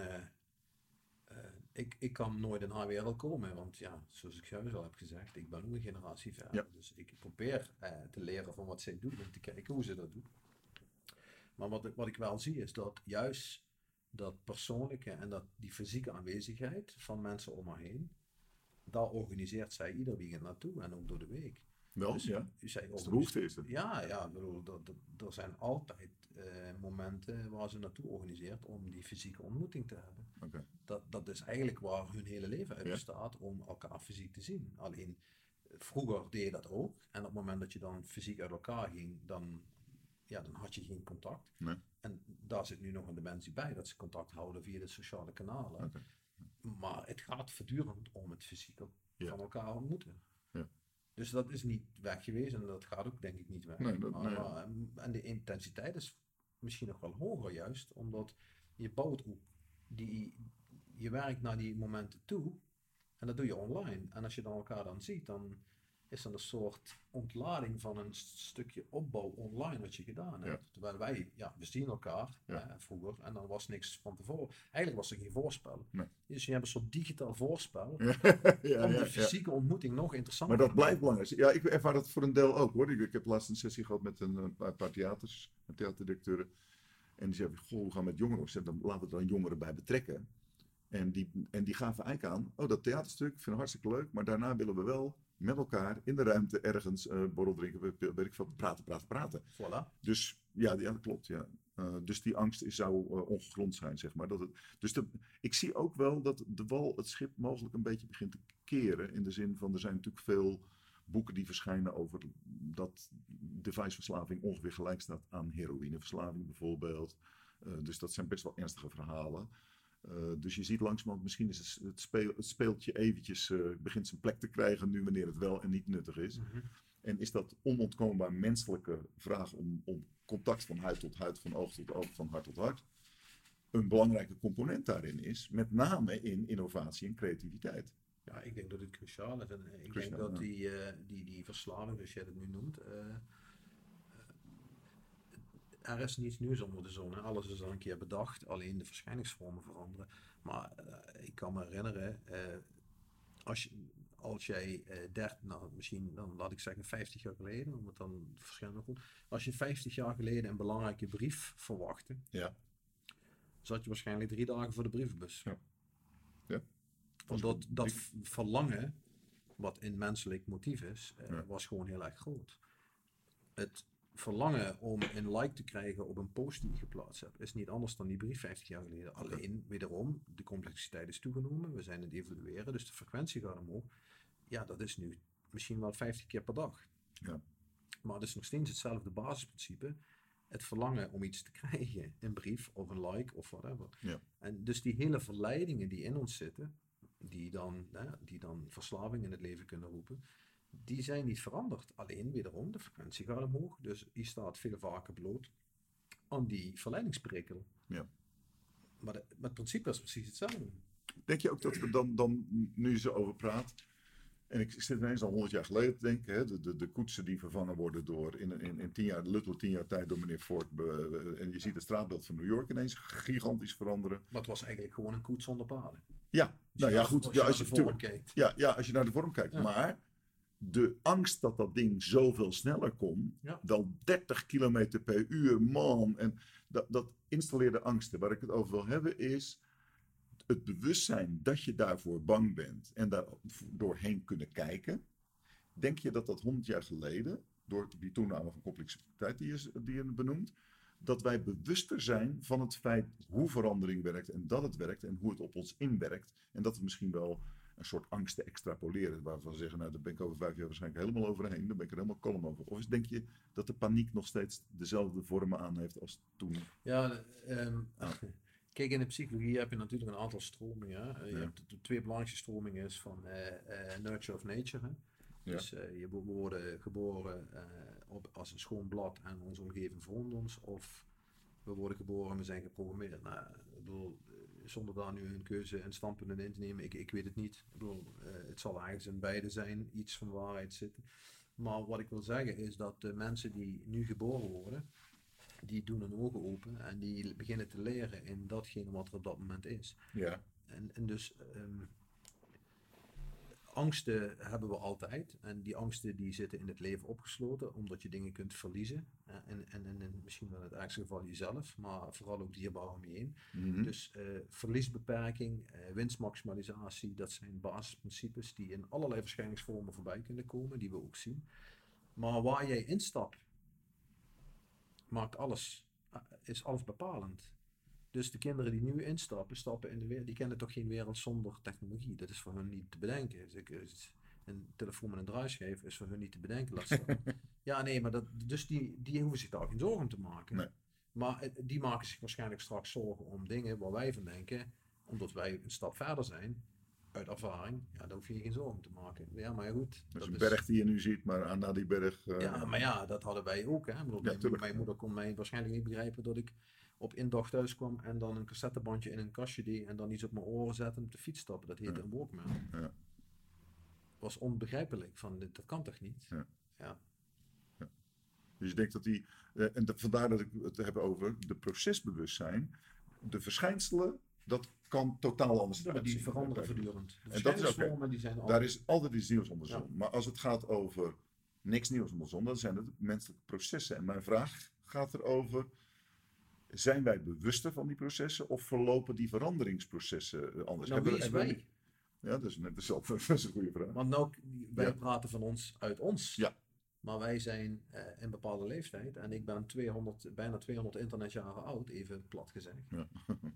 ik kan nooit in haar wereld komen, want ja, zoals ik juist al heb gezegd, ik ben ook een generatie verder. Ja. Dus ik probeer te leren van wat zij doet en te kijken hoe ze dat doet. Maar wat ik wel zie is dat juist dat persoonlijke en die fysieke aanwezigheid van mensen om haar heen, daar organiseert zij ieder weekend naartoe en ook door de week. Wel, Dus ja. zij Als de behoefte is het. Ja, ik bedoel, er zijn altijd momenten waar ze naartoe organiseert om die fysieke ontmoeting te hebben. Okay. Dat is eigenlijk waar hun hele leven uit bestaat, om elkaar fysiek te zien. Alleen, vroeger deed je dat ook. En op het moment dat je dan fysiek uit elkaar ging, dan had je geen contact. Nee. En daar zit nu nog een dimensie bij, dat ze contact houden via de sociale kanalen. Okay. Maar het gaat voortdurend om het fysiek van elkaar ontmoeten. Ja. Dus dat is niet weg geweest en dat gaat ook denk ik niet weg. Nee, en de intensiteit is misschien nog wel hoger juist, omdat je bouwt ook je werkt naar die momenten toe en dat doe je online. En als je dan elkaar dan ziet, dan is er een soort ontlading van een stukje opbouw online wat je gedaan hebt. Ja. Terwijl wij, we zien elkaar vroeger en dan was niks van tevoren. Eigenlijk was er geen voorspel. Nee. Dus je hebt een soort digitaal voorspel om de fysieke ontmoeting nog interessanter maar dat blijft belangrijk. Ja, ik ervaar dat voor een deel ook hoor. Ik heb laatst een sessie gehad met een paar theaterdirecteuren. En die zeiden, goh, hoe gaan we met jongeren? Dan laten we er dan jongeren bij betrekken. En die gaven eigenlijk aan, dat theaterstuk vinden we hartstikke leuk, maar daarna willen we wel met elkaar in de ruimte ergens borrel drinken, weet ik veel, praten. Voilà. Dus ja, dat klopt. Ja. Dus die angst zou ongegrond zijn, zeg maar. Ik zie ook wel dat de wal het schip mogelijk een beetje begint te keren. In de zin van, er zijn natuurlijk veel boeken die verschijnen over dat deviceverslaving ongeveer gelijk staat aan heroïneverslaving bijvoorbeeld. Dus dat zijn best wel ernstige verhalen. Dus je ziet langzamerhand, misschien is het speeltje eventjes begint zijn plek te krijgen nu wanneer het wel en niet nuttig is. Mm-hmm. En is dat onontkoombaar menselijke vraag om contact van huid tot huid, van oog tot oog, van hart tot hart, een belangrijke component daarin is, met name in innovatie en creativiteit. Ja, ik denk dat het cruciaal is. En ik denk dat die verslaving, zoals jij het nu noemt, er is niets nieuws onder de zon. Hè. Alles is al een keer bedacht, alleen de verschijningsvormen veranderen. Maar ik kan me herinneren, als jij misschien dan laat ik zeggen 50 jaar geleden, om het dan verschillende goed. Als je 50 jaar geleden een belangrijke brief verwachtte, zat je waarschijnlijk 3 dagen voor de brievenbus. Ja. Want dat verlangen, wat een menselijk motief is, was gewoon heel erg groot. Het verlangen om een like te krijgen op een post die je geplaatst hebt, is niet anders dan die brief 50 jaar geleden. Alleen, wederom, de complexiteit is toegenomen, we zijn het evalueren, dus de frequentie gaat omhoog. Ja, dat is nu misschien wel 50 keer per dag. Ja. Maar het is nog steeds hetzelfde basisprincipe. Het verlangen om iets te krijgen, een brief of een like of whatever. Ja. En dus die hele verleidingen die in ons zitten, die dan verslaving in het leven kunnen roepen, die zijn niet veranderd. Alleen wederom, de frequentie gaat omhoog. Dus je staat veel vaker bloot aan die verleidingsprikkel. Ja. Maar het principe is precies hetzelfde. Denk je ook dat we dan nu je zo over praat, en ik zit ineens al 100 jaar geleden te denken, hè, de koetsen die vervangen worden door in 10 jaar tijd door meneer Ford. En je ziet het straatbeeld van New York ineens gigantisch veranderen. Maar het was eigenlijk gewoon een koets zonder paden. Ja, nou ja, goed. Als je naar de vorm kijkt. Ja, als je naar de vorm kijkt. Ja. Maar de angst dat dat ding zoveel sneller kon, Ja. dan 30 kilometer per uur, man. En dat installeerde angsten, waar ik het over wil hebben, is het bewustzijn dat je daarvoor bang bent en daar doorheen kunnen kijken. Denk je dat 100 jaar geleden, door die toename van complexiteit die je benoemt, dat wij bewuster zijn van het feit hoe verandering werkt en dat het werkt en hoe het op ons inwerkt. En dat we misschien wel een soort angsten extrapoleren, waarvan we zeggen, nou daar ben ik over 5 jaar waarschijnlijk helemaal overheen, daar ben ik er helemaal kalm over. Of denk je dat de paniek nog steeds dezelfde vormen aan heeft als toen? Ja, kijk, in de psychologie heb je natuurlijk een aantal stromingen. Je Ja. hebt de twee belangrijkste stromingen is van nurture of nature. Hè? Ja. Dus we worden geboren als een schoon blad en onze omgeving vormt ons. Of we worden geboren en we zijn geprogrammeerd. Nou, ik bedoel, zonder daar nu een keuze en standpunt in te nemen, ik weet het niet. Ik bedoel, het zal ergens in beide zijn, iets van waarheid zitten. Maar wat ik wil zeggen is dat de mensen die nu geboren worden, die doen hun ogen open en die beginnen te leren in datgene wat er op dat moment is. Ja. En dus angsten hebben we altijd. En die angsten die zitten in het leven opgesloten, omdat je dingen kunt verliezen. En misschien wel in het ergste geval jezelf, maar vooral ook dierbaren om je heen. Mhm. Dus verliesbeperking, winstmaximalisatie, dat zijn basisprincipes die in allerlei verschijningsvormen voorbij kunnen komen, die we ook zien. Maar waar jij instapt, is alles bepalend. Dus de kinderen die nu instappen, stappen in de wereld, die kennen toch geen wereld zonder technologie. Dat is voor hun niet te bedenken. Dus een telefoon met een draaischijf is voor hun niet te bedenken. Laat staan. Ja, nee, maar dus die hoeven zich daar geen zorgen om te maken. Nee. Maar die maken zich waarschijnlijk straks zorgen om dingen waar wij van denken, omdat wij een stap verder zijn, uit ervaring, ja, daar hoef je je geen zorgen om te maken. Ja, maar goed. Dat is een berg die je nu ziet, maar aan na die berg... Ja, maar ja, dat hadden wij ook. Hè. Ik bedoel, Ja, tuurlijk. mijn moeder kon mij waarschijnlijk niet begrijpen dat ik op indag thuis kwam en dan een cassettebandje in een kastje deed en dan iets op mijn oren zette en op de fiets stappen. Dat heette een Walkman. Ja. Was onbegrijpelijk. Dat kan toch niet? Ja. Ja. Dus je denkt dat die... vandaar dat ik het heb over de procesbewustzijn. De verschijnselen, dat kan totaal anders Ja, maar die uitzien. veranderen voortdurend. De En dat is oké. verschijningsvormen, die zijn Daar altijd... is altijd iets nieuws onder de Ja. zon. Maar als het gaat over niks nieuws onder de zon, dan zijn het menselijke processen. En mijn vraag gaat erover, zijn wij bewuster van die processen of verlopen die veranderingsprocessen anders? Nou, wie is wij? Ja, dat is net dezelfde. Dat is een goede vraag. Want nou, wij Ja. praten van ons uit ons. Ja. Maar wij zijn in een bepaalde leeftijd en ik ben bijna 200 internetjaren oud, even plat gezegd. Ja.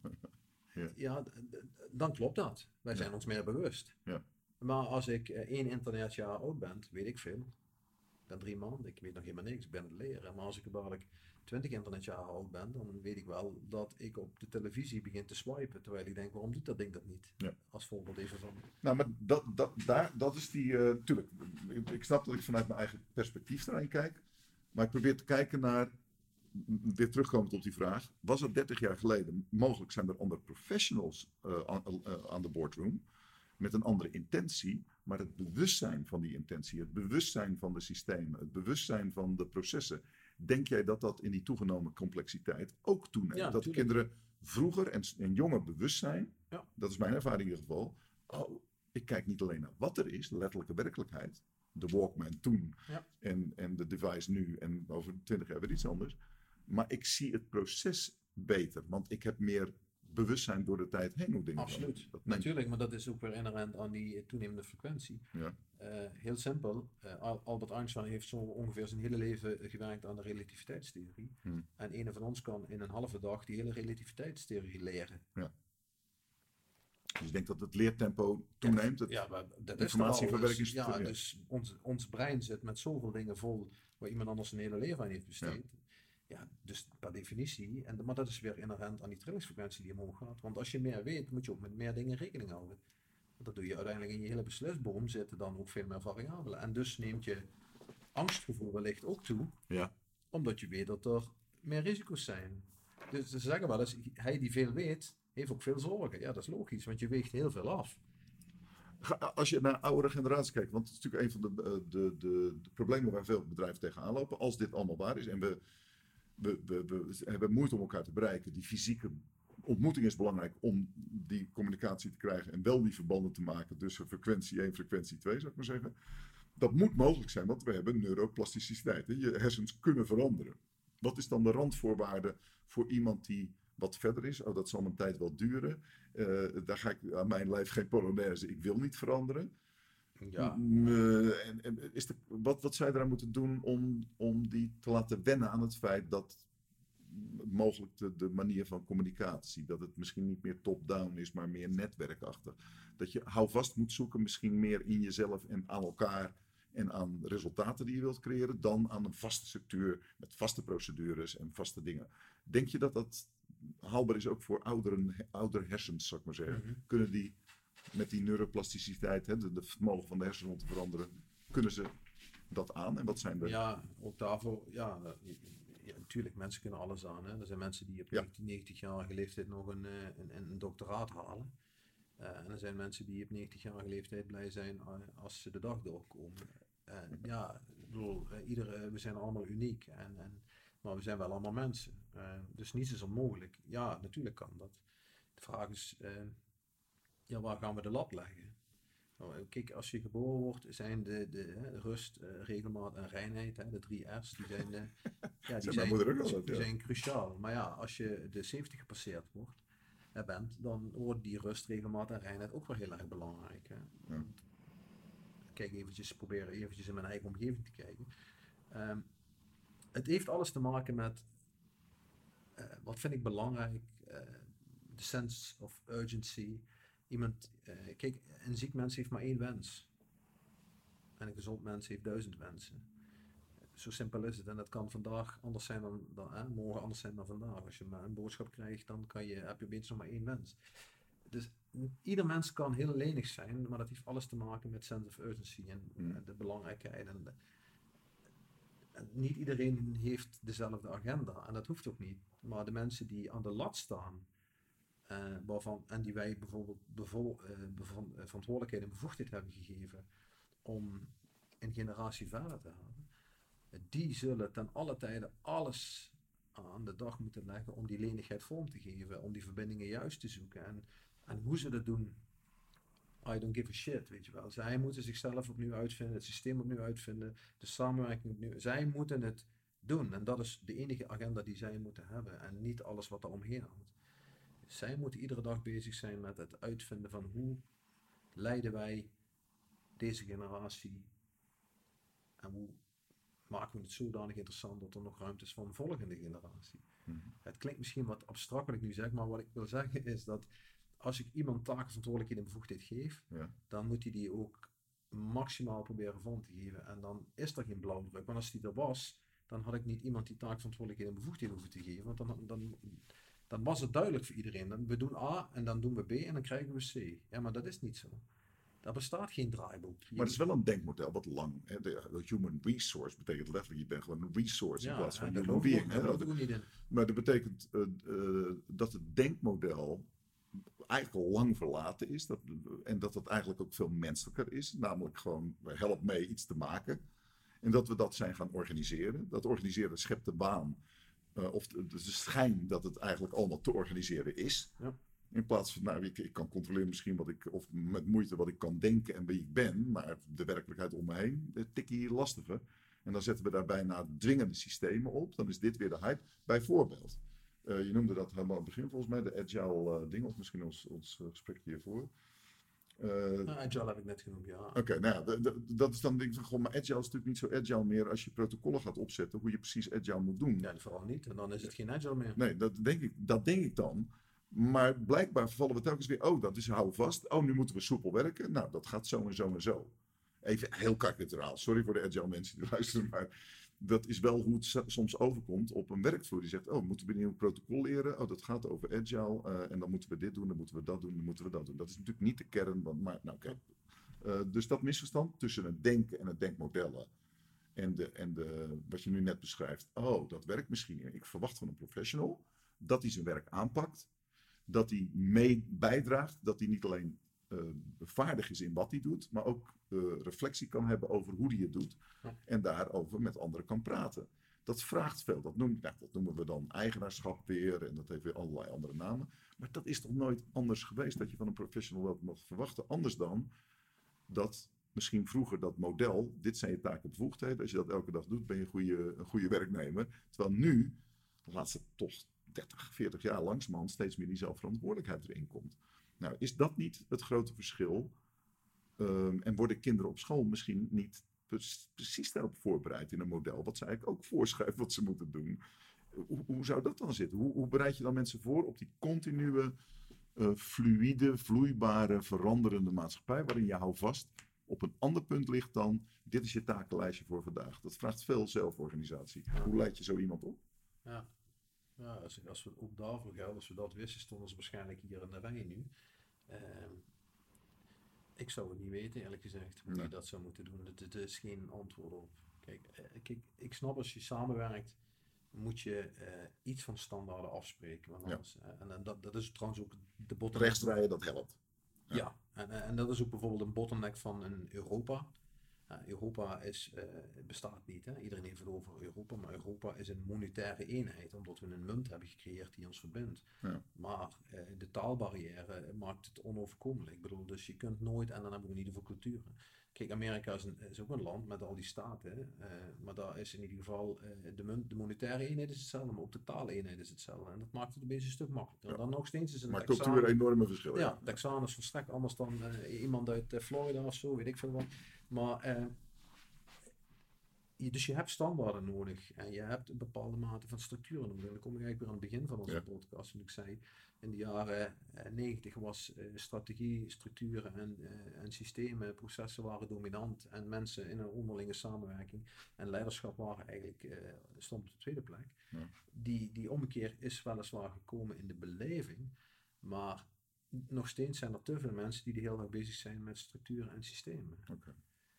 Ja. Ja, dan klopt dat. Wij zijn ons meer bewust. Ja. Maar als ik 1 internetjaar oud ben, weet ik veel. Ik ben 3 maanden, ik weet nog helemaal niks, ik ben aan het leren. Maar als ik dadelijk 20 internetjaar oud ben, dan weet ik wel dat ik op de televisie begin te swipen. Terwijl ik denk, waarom doet dat ding dat niet? Ja. Als voorbeeld even van... Nou, maar dat is die... tuurlijk, ik snap dat ik vanuit mijn eigen perspectief erin kijk. Maar ik probeer te kijken naar... Weer terugkomend op die vraag. Was het 30 jaar geleden? Mogelijk zijn er andere professionals aan de boardroom. Met een andere intentie. Maar het bewustzijn van die intentie. Het bewustzijn van de systemen. Het bewustzijn van de processen. Denk jij dat dat in die toegenomen complexiteit ook toeneemt? Ja, dat tuurlijk. kinderen vroeger en jonger bewust zijn. Ja. Dat is mijn ervaring in ieder geval. Oh, ik kijk niet alleen naar wat er is. De letterlijke werkelijkheid. De Walkman toen. Ja. En de device nu. En over 20 jaar weer iets anders. Maar ik zie het proces beter. Want ik heb meer bewustzijn door de tijd heen hoe dingen Absoluut. veranderen. Dat neemt- Natuurlijk, maar dat is ook weer inherent aan die toenemende frequentie. Ja. Heel simpel. Albert Einstein heeft zo ongeveer zijn hele leven gewerkt aan de relativiteitstheorie. En een van ons kan in een halve dag die hele relativiteitstheorie leren. Dus ik denk dat het leertempo toeneemt. Het- Ja, maar dat is toch informatieverwerking alles. is- Ja, ja. dus ons brein zit met zoveel dingen vol waar iemand anders zijn hele leven aan heeft besteed. Ja, dus per definitie. Maar dat is weer inherent aan die trillingsfrequentie die omhoog gaat. Want als je meer weet, moet je ook met meer dingen rekening houden. Want dat doe je uiteindelijk in je hele beslisboom zitten dan ook veel meer variabelen. En dus neemt je angstgevoel wellicht ook toe, Ja. omdat je weet dat er meer risico's zijn. Dus ze zeggen wel eens, hij die veel weet, heeft ook veel zorgen. Ja, dat is logisch, want je weegt heel veel af. Als je naar oudere generaties kijkt, want het is natuurlijk een van de problemen waar veel bedrijven tegenaan lopen. Als dit allemaal waar is en we hebben moeite om elkaar te bereiken. Die fysieke ontmoeting is belangrijk om die communicatie te krijgen en wel die verbanden te maken tussen frequentie 1 en frequentie 2, zou ik maar zeggen. Dat moet mogelijk zijn, want we hebben neuroplasticiteit. Hè? Je hersens kunnen veranderen. Wat is dan de randvoorwaarde voor iemand die wat verder is? Oh, dat zal een tijd wel duren. Daar ga ik aan mijn lijf geen polonaise. Ik wil niet veranderen. Ja, Wat zou je eraan moeten doen om die te laten wennen aan het feit dat mogelijk de manier van communicatie, dat het misschien niet meer top-down is, maar meer netwerkachtig. Dat je houvast moet zoeken, misschien meer in jezelf en aan elkaar en aan resultaten die je wilt creëren, dan aan een vaste structuur met vaste procedures en vaste dingen. Denk je dat dat haalbaar is ook voor oudere hersens, zou ik maar zeggen? Mhm. Kunnen die met die neuroplasticiteit, hè, de vermogen van de hersenen om te veranderen, kunnen ze dat aan? En wat zijn de... Ja, ook daarvoor, natuurlijk, mensen kunnen alles aan. Hè. Er zijn mensen die op Ja. 90-jarige leeftijd nog een doctoraat halen. En er zijn mensen die op 90-jarige leeftijd blij zijn als ze de dag doorkomen. Ik bedoel, we zijn allemaal uniek, maar we zijn wel allemaal mensen. Dus niets is onmogelijk. Ja, natuurlijk kan dat. De vraag is, waar gaan we de lat leggen? Nou, kijk, als je geboren wordt, zijn de rust, regelmaat en reinheid, hè, de 3 R's, die zijn, Mijn moeder ook altijd, die ja. zijn cruciaal. Maar ja, als je de 70 gepasseerd bent, dan wordt die rust, regelmaat en reinheid ook wel heel erg belangrijk. Hè. Ja. Proberen eventjes in mijn eigen omgeving te kijken. Het heeft alles te maken met, wat vind ik belangrijk, de sense of urgency. Kijk, een ziek mens heeft maar 1 wens. En een gezond mens heeft 1000 wensen. Zo simpel is het. En dat kan vandaag anders zijn dan morgen anders zijn dan vandaag. Als je maar een boodschap krijgt, dan heb je opeens nog maar 1 wens. Dus ieder mens kan heel lenig zijn, maar dat heeft alles te maken met sense of urgency en de belangrijkheid. En niet iedereen heeft dezelfde agenda en dat hoeft ook niet. Maar de mensen die aan de lat staan, en die wij bijvoorbeeld verantwoordelijkheid en bevoegdheid hebben gegeven om een generatie verder te halen, die zullen ten alle tijde alles aan de dag moeten leggen om die lenigheid vorm te geven, om die verbindingen juist te zoeken. En hoe ze dat doen, I don't give a shit, weet je wel. Zij moeten zichzelf opnieuw uitvinden, het systeem opnieuw uitvinden, de samenwerking opnieuw. Zij moeten het doen en dat is de enige agenda die zij moeten hebben en niet alles wat er omheen hangt. Zij moeten iedere dag bezig zijn met het uitvinden van hoe leiden wij deze generatie en hoe maken we het zodanig interessant dat er nog ruimte is voor een volgende generatie. Het klinkt misschien wat abstract wat ik nu zeg, maar wat ik wil zeggen is dat als ik iemand taken, verantwoordelijkheid en bevoegdheid geef, dan moet hij die ook maximaal proberen vorm te geven. En dan is er geen blauwdruk. Want als die er was, dan had ik niet iemand die taak, verantwoordelijkheid en bevoegdheid hoeven te geven. Want dan was het duidelijk voor iedereen. We doen A en dan doen we B en dan krijgen we C. Ja, maar dat is niet zo. Er bestaat geen draaiboek. Maar het is wel een denkmodel wat lang. Hè? De human resource betekent letterlijk, je bent gewoon een resource in plaats van human being. Daar geloof ik ook niet in. Maar dat betekent dat het denkmodel eigenlijk al lang verlaten is. En dat het eigenlijk ook veel menselijker is. Namelijk gewoon, help mee iets te maken. En dat we dat zijn gaan organiseren. Dat organiseren schept de baan. Of de schijn dat het eigenlijk allemaal te organiseren is. Ja. In plaats van, ik kan controleren misschien of met moeite wat ik kan denken en wie ik ben. Maar de werkelijkheid om me heen, tikkie hier lastiger. En dan zetten we daar bijna dwingende systemen op. Dan is dit weer de hype. Bijvoorbeeld, je noemde dat helemaal aan het begin volgens mij, de agile ding. Of misschien ons gesprekje hiervoor. Agile heb ik net genoemd, ja. Oké, dat is dan denk ik van, goh, maar agile is natuurlijk niet zo agile meer als je protocollen gaat opzetten, hoe je precies agile moet doen. Ja, vooral niet. En dan is het geen agile meer. Nee, dat denk ik dan. Maar blijkbaar vallen we telkens weer, dat is houvast. Nu moeten we soepel werken. Nou, dat gaat zo en zo en zo. Even heel karikaturaal. Sorry voor de agile mensen die luisteren, maar dat is wel hoe het soms overkomt op een werkvloer. Die zegt, moeten we een nieuw protocol leren? Dat gaat over agile. En dan moeten we dit doen, dan moeten we dat doen, dan moeten we dat doen. Dat is natuurlijk niet de kern. Dus dat misverstand tussen het denken en het denkmodellen. En wat je nu net beschrijft. Dat werkt misschien. Ik verwacht van een professional dat hij zijn werk aanpakt. Dat hij mee bijdraagt. Dat hij niet alleen vaardig is in wat hij doet. Maar ook reflectie kan hebben over hoe hij het doet. Ja. En daarover met anderen kan praten. Dat vraagt veel. Dat noemen we dan eigenaarschap weer. En dat heeft weer allerlei andere namen. Maar dat is toch nooit anders geweest. Dat je van een professional dat mag verwachten. Anders dan dat misschien vroeger dat model, dit zijn je taken en bevoegdheden. Als je dat elke dag doet, ben je een goede werknemer. Terwijl nu, de laatste toch 30, 40 jaar langzamerhand steeds meer die zelfverantwoordelijkheid erin komt. Nou, is dat niet het grote verschil? En worden kinderen op school misschien niet precies daarop voorbereid in een model, wat ze eigenlijk ook voorschrijft wat ze moeten doen? Hoe zou dat dan zitten? Hoe bereid je dan mensen voor op die continue, fluïde, vloeibare, veranderende maatschappij, waarin je houvast op een ander punt ligt dan, dit is je takenlijstje voor vandaag. Dat vraagt veel zelforganisatie. Hoe leid je zo iemand op? Ja. Ja, als we ook daarvoor gelden, als we dat wisten, stonden ze waarschijnlijk hier in de rij nu. Ik zou het niet weten, eerlijk gezegd, hoe je dat zou moeten doen. Er is geen antwoord op. Kijk, ik snap als je samenwerkt, moet je iets van standaarden afspreken. Want anders, en dat is trouwens ook de bottleneck. Rechtsrijden, dat helpt. Ja, en dat is ook bijvoorbeeld een bottleneck van een Europa. Europa bestaat niet. Hè? Iedereen heeft het over Europa, maar Europa is een monetaire eenheid, omdat we een munt hebben gecreëerd die ons verbindt. Ja. Maar de taalbarrière maakt het onoverkomelijk. Ik bedoel, dus je kunt nooit, en dan hebben we niet over culturen. Kijk, Amerika is ook een land met al die staten, maar daar is in ieder geval de monetaire eenheid is hetzelfde, maar ook de taaleenheid is hetzelfde. En dat maakt het een beetje een stuk makkelijker. Ja. Dan nog steeds is een Maar Texaan, cultuur enorme verschillen. ja, Texaan is volstrekt anders dan iemand uit Florida of zo, weet ik veel wat. Maar dus je hebt standaarden nodig en je hebt een bepaalde mate van structuren nodig. En dan kom ik eigenlijk weer aan het begin van onze podcast. En ik zei, in de jaren 90 was strategie, structuren en systemen, processen waren dominant. En mensen in een onderlinge samenwerking en leiderschap waren eigenlijk, stond op de tweede plek. Ja. Die ommekeer is weliswaar gekomen in de beleving, maar nog steeds zijn er te veel mensen die de hele dag bezig zijn met structuren en systemen. Okay.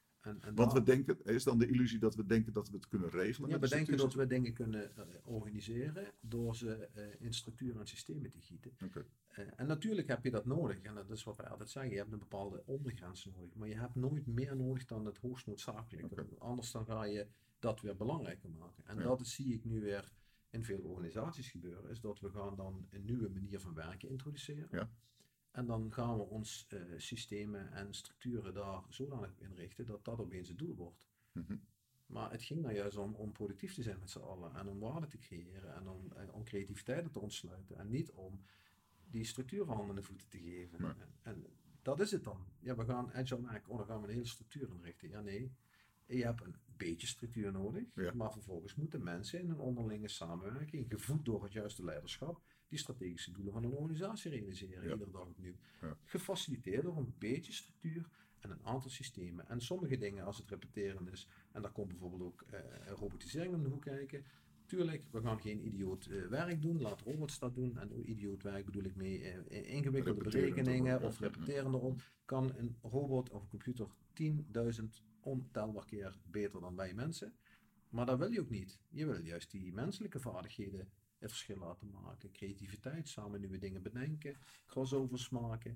Want we denken, is dan de illusie dat we denken dat we het kunnen regelen? Ja, we denken dat we dingen kunnen organiseren door ze in structuren en systemen te gieten. Okay. En natuurlijk heb je dat nodig. En dat is wat wij altijd zeggen. Je hebt een bepaalde ondergrens nodig. Maar je hebt nooit meer nodig dan het hoogst noodzakelijke. Okay. Anders dan ga je dat weer belangrijker maken. En dat zie ik nu weer in veel organisaties gebeuren. Is dat we gaan dan een nieuwe manier van werken introduceren. Ja. En dan gaan we ons systemen en structuren daar zodanig inrichten dat dat opeens het doel wordt. Mm-hmm. Maar het ging nou juist om productief te zijn met z'n allen en om waarde te creëren en om creativiteit te ontsluiten en niet om die structuur van handen en voeten te geven. Nee. En dat is het dan. Ja, we gaan agile maken, dan gaan we een hele structuur inrichten. Ja, nee. Je hebt een beetje structuur nodig, maar vervolgens moeten mensen in een onderlinge samenwerking, gevoed door het juiste leiderschap, die strategische doelen van een organisatie realiseren, iedere dag opnieuw. Ja. Gefaciliteerd door een beetje structuur en een aantal systemen. En sommige dingen, als het repeteren is, en daar komt bijvoorbeeld ook robotisering om de hoek kijken. Tuurlijk, we gaan geen idioot werk doen, laat robots dat doen. En idioot werk bedoel ik mee ingewikkelde berekeningen of repeterende rol. Kan een robot of een computer 10.000 ontelbaar keer beter dan wij mensen. Maar dat wil je ook niet. Je wil juist die menselijke vaardigheden het verschil laten maken. Creativiteit, samen nieuwe dingen bedenken, crossovers maken,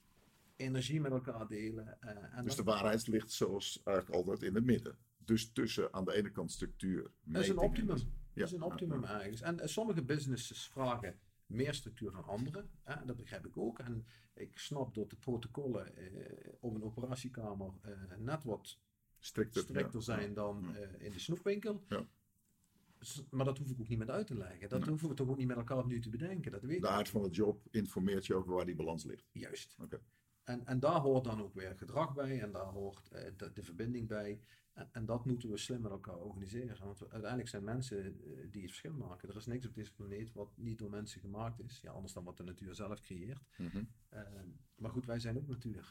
energie met elkaar delen. Dus de waarheid ligt zoals eigenlijk altijd in het midden. Dus tussen aan de ene kant structuur. Dat is een optimum. Dat is een optimum ergens. En sommige businesses vragen meer structuur dan andere. Dat begrijp ik ook. En ik snap dat de protocollen op een operatiekamer net wat strikter zijn dan in de snoepwinkel. Ja. Maar dat hoef ik ook niet met uit te leggen. Dat hoeven we toch ook niet met elkaar nu te bedenken. Dat weet de aard van het job informeert je over waar die balans ligt. Juist. Okay. En daar hoort dan ook weer gedrag bij en daar hoort de verbinding bij. En dat moeten we slim met elkaar organiseren. Want uiteindelijk zijn mensen die het verschil maken. Er is niks op deze planeet wat niet door mensen gemaakt is. Ja, anders dan wat de natuur zelf creëert. Mm-hmm. Maar goed, wij zijn ook natuur.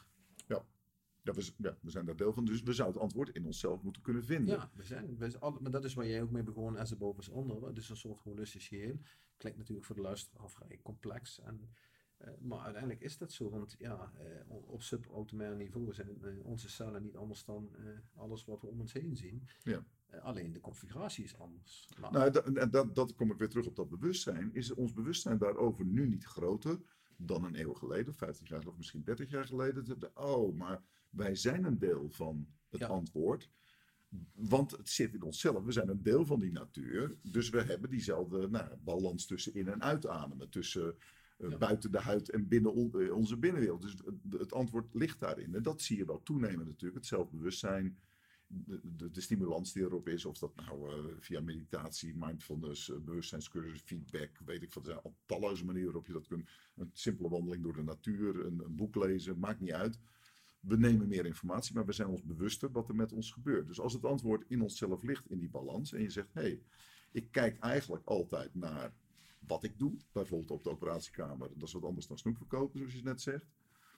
Ja, we zijn daar deel van. Dus we zouden het antwoord in onszelf moeten kunnen vinden. Ja, maar dat is waar jij ook mee begon. En ze boven is onder. Het is een soort holistisch geheel. Klinkt natuurlijk voor de luisteraar vrij complex. Maar uiteindelijk is dat zo. Want op subatomair niveau zijn onze cellen niet anders dan alles wat we om ons heen zien. Ja. Alleen de configuratie is anders. Maar... Nou, dat kom ik weer terug op dat bewustzijn. Is ons bewustzijn daarover nu niet groter dan een eeuw geleden, 50 jaar of misschien 30 jaar geleden? Maar wij zijn een deel van het antwoord. Want het zit in onszelf. We zijn een deel van die natuur. Dus we hebben diezelfde balans tussen in- en uitademen. Tussen buiten de huid en binnen onze binnenwereld. Dus het antwoord ligt daarin. En dat zie je wel toenemen natuurlijk. Het zelfbewustzijn, de stimulans die erop is. Of dat nou via meditatie, mindfulness, bewustzijnscursus, feedback, weet ik wat. Er zijn al talloze manieren waarop je dat kunt. Een simpele wandeling door de natuur, een boek lezen, maakt niet uit. We nemen meer informatie, maar we zijn ons bewuster wat er met ons gebeurt. Dus als het antwoord in onszelf ligt in die balans en je zegt, hé, ik kijk eigenlijk altijd naar wat ik doe, bijvoorbeeld op de operatiekamer, dat is wat anders dan snoep verkopen, zoals je net zegt.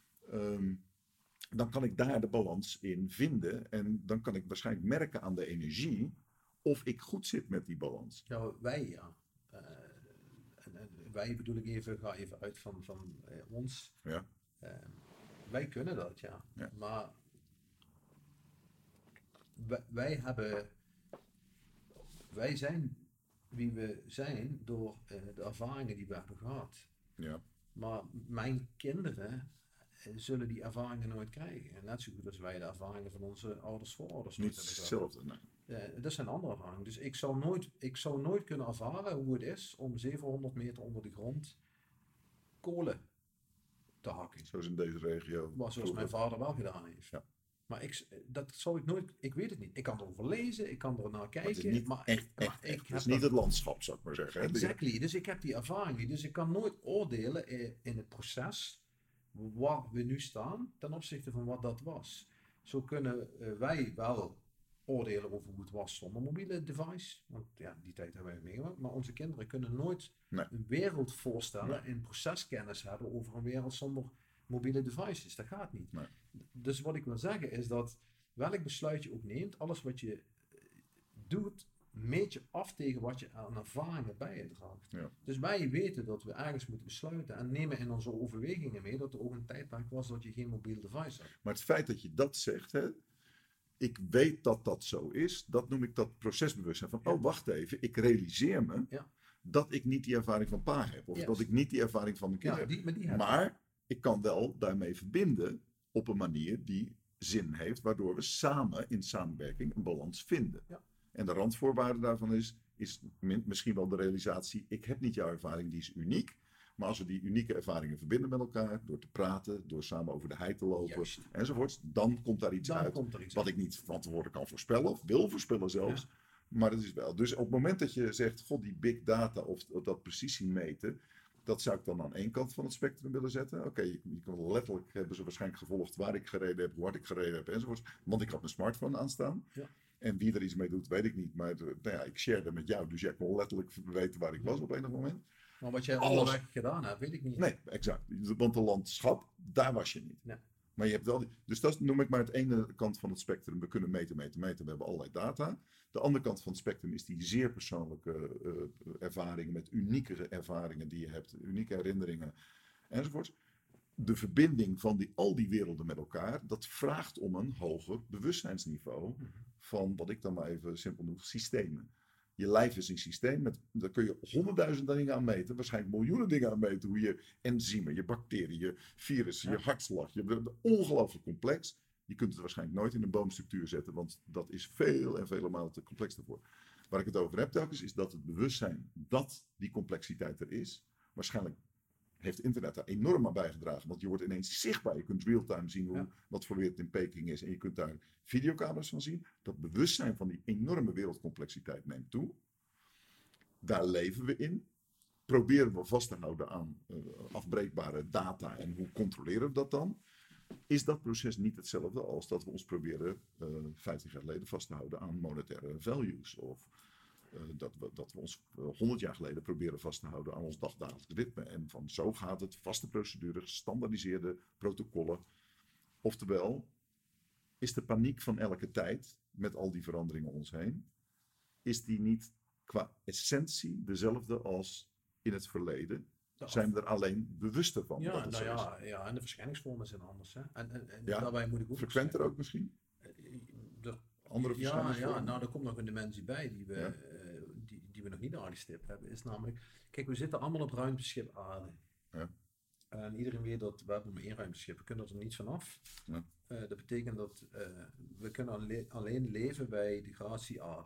Dan kan ik daar de balans in vinden en dan kan ik waarschijnlijk merken aan de energie of ik goed zit met die balans. Ja, wij ja. Wij bedoel ik even, ga even uit van ons. Ja. Wij kunnen dat, ja. Ja. Maar wij zijn wie we zijn door de ervaringen die we hebben gehad. Ja. Maar mijn kinderen zullen die ervaringen nooit krijgen. En net zo goed als wij de ervaringen van onze ouders voorouders Niet nooit hebben hetzelfde, nee. dat zijn andere ervaringen. Dus ik zou nooit kunnen ervaren hoe het is om 700 meter onder de grond kolen te hakken. Zoals in deze regio. Maar zoals mijn vader wel gedaan heeft. Ja. Maar dat zou ik nooit, ik weet het niet. Ik kan erover lezen, ik kan er naar kijken. Het is niet echt. Het is niet het landschap, zou ik maar zeggen. Exactly, dus ik heb die ervaring niet. Dus ik kan nooit oordelen in het proces waar we nu staan ten opzichte van wat dat was. Zo kunnen wij wel oordelen over hoe het was zonder mobiele device. Want ja, die tijd hebben wij meegemaakt. Maar onze kinderen kunnen nooit een wereld voorstellen en proceskennis hebben over een wereld zonder mobiele devices. Dat gaat niet. Nee. Dus wat ik wil zeggen is dat welk besluit je ook neemt, alles wat je doet, meet je af tegen wat je aan ervaringen bij je draagt. Ja. Dus wij weten dat we ergens moeten besluiten en nemen in onze overwegingen mee dat er ook een tijdperk was dat je geen mobiel device had. Maar het feit dat je dat zegt, hè, ik weet dat dat zo is, dat noem ik dat procesbewustzijn. Van, oh wacht even, ik realiseer me dat ik niet die ervaring van pa heb. Of dat ik niet die ervaring van mijn kinderen heb. Maar ik kan wel daarmee verbinden op een manier die zin heeft, waardoor we samen in samenwerking een balans vinden. Ja. En de randvoorwaarde daarvan is misschien wel de realisatie, ik heb niet jouw ervaring, die is uniek. Maar als we die unieke ervaringen verbinden met elkaar, door te praten, door samen over de hei te lopen, enzovoorts, dan komt daar iets uit wat ik niet van tevoren kan voorspellen, of wil voorspellen zelfs. Ja. Maar dat is wel. Dus op het moment dat je zegt, god, die big data of dat precisie meten, dat zou ik dan aan één kant van het spectrum willen zetten. Oké, je kan letterlijk, hebben ze waarschijnlijk gevolgd waar ik gereden heb, hoe hard ik gereden heb, enzovoorts. Want ik had mijn smartphone aanstaan. Ja. En wie er iets mee doet, weet ik niet. Maar ik share met jou, dus jij kon letterlijk weten waar ik was op enig moment. Maar wat jij onderweg gedaan hebt, weet ik niet. Nee, exact. Want de landschap, daar was je niet. Nee. Maar je hebt wel dus dat noem ik maar het ene kant van het spectrum. We kunnen meten. We hebben allerlei data. De andere kant van het spectrum is die zeer persoonlijke ervaringen met unieke ervaringen die je hebt. Unieke herinneringen enzovoorts. De verbinding van al die werelden met elkaar, dat vraagt om een hoger bewustzijnsniveau van wat ik dan maar even simpel noem systemen. Je lijf is een systeem, daar kun je 100.000 dingen aan meten, waarschijnlijk miljoenen dingen aan meten. Hoe je enzymen, je bacteriën, je virussen, je hartslag, ongelooflijk complex. Je kunt het waarschijnlijk nooit in een boomstructuur zetten, want dat is veel en vele malen te complex daarvoor. Waar ik het over heb telkens, is dat het bewustzijn dat die complexiteit er is, waarschijnlijk heeft internet daar enorm aan bijgedragen. Want je wordt ineens zichtbaar. Je kunt real-time zien wat voor weer het in Peking is. En je kunt daar videocamera's van zien. Dat bewustzijn van die enorme wereldcomplexiteit neemt toe. Daar leven we in. Proberen we vast te houden aan afbreekbare data. En hoe controleren we dat dan? Is dat proces niet hetzelfde als dat we ons proberen 50 jaar geleden vast te houden aan monetaire values? Of dat we ons 100 jaar geleden proberen vast te houden aan ons dagdagelijks ritme. En van zo gaat het, vaste procedures, gestandaardiseerde protocollen. Oftewel, is de paniek van elke tijd met al die veranderingen om ons heen, is die niet qua essentie dezelfde als in het verleden? Zijn we er alleen bewuster van? Ja, en de verschijningsvormen zijn anders. Hè? En daarbij moet ik ook frequenter ook misschien? Andere verschijningsvormen? Ja, er komt nog een dimensie bij die we nog niet aangestipt hebben. Is namelijk, kijk, we zitten allemaal op ruimteschip aarde. Ja. En iedereen weet dat we hebben maar één ruimteschip. We kunnen er niet vanaf. Ja. Dat betekent dat we kunnen alleen leven bij de gratie aarde.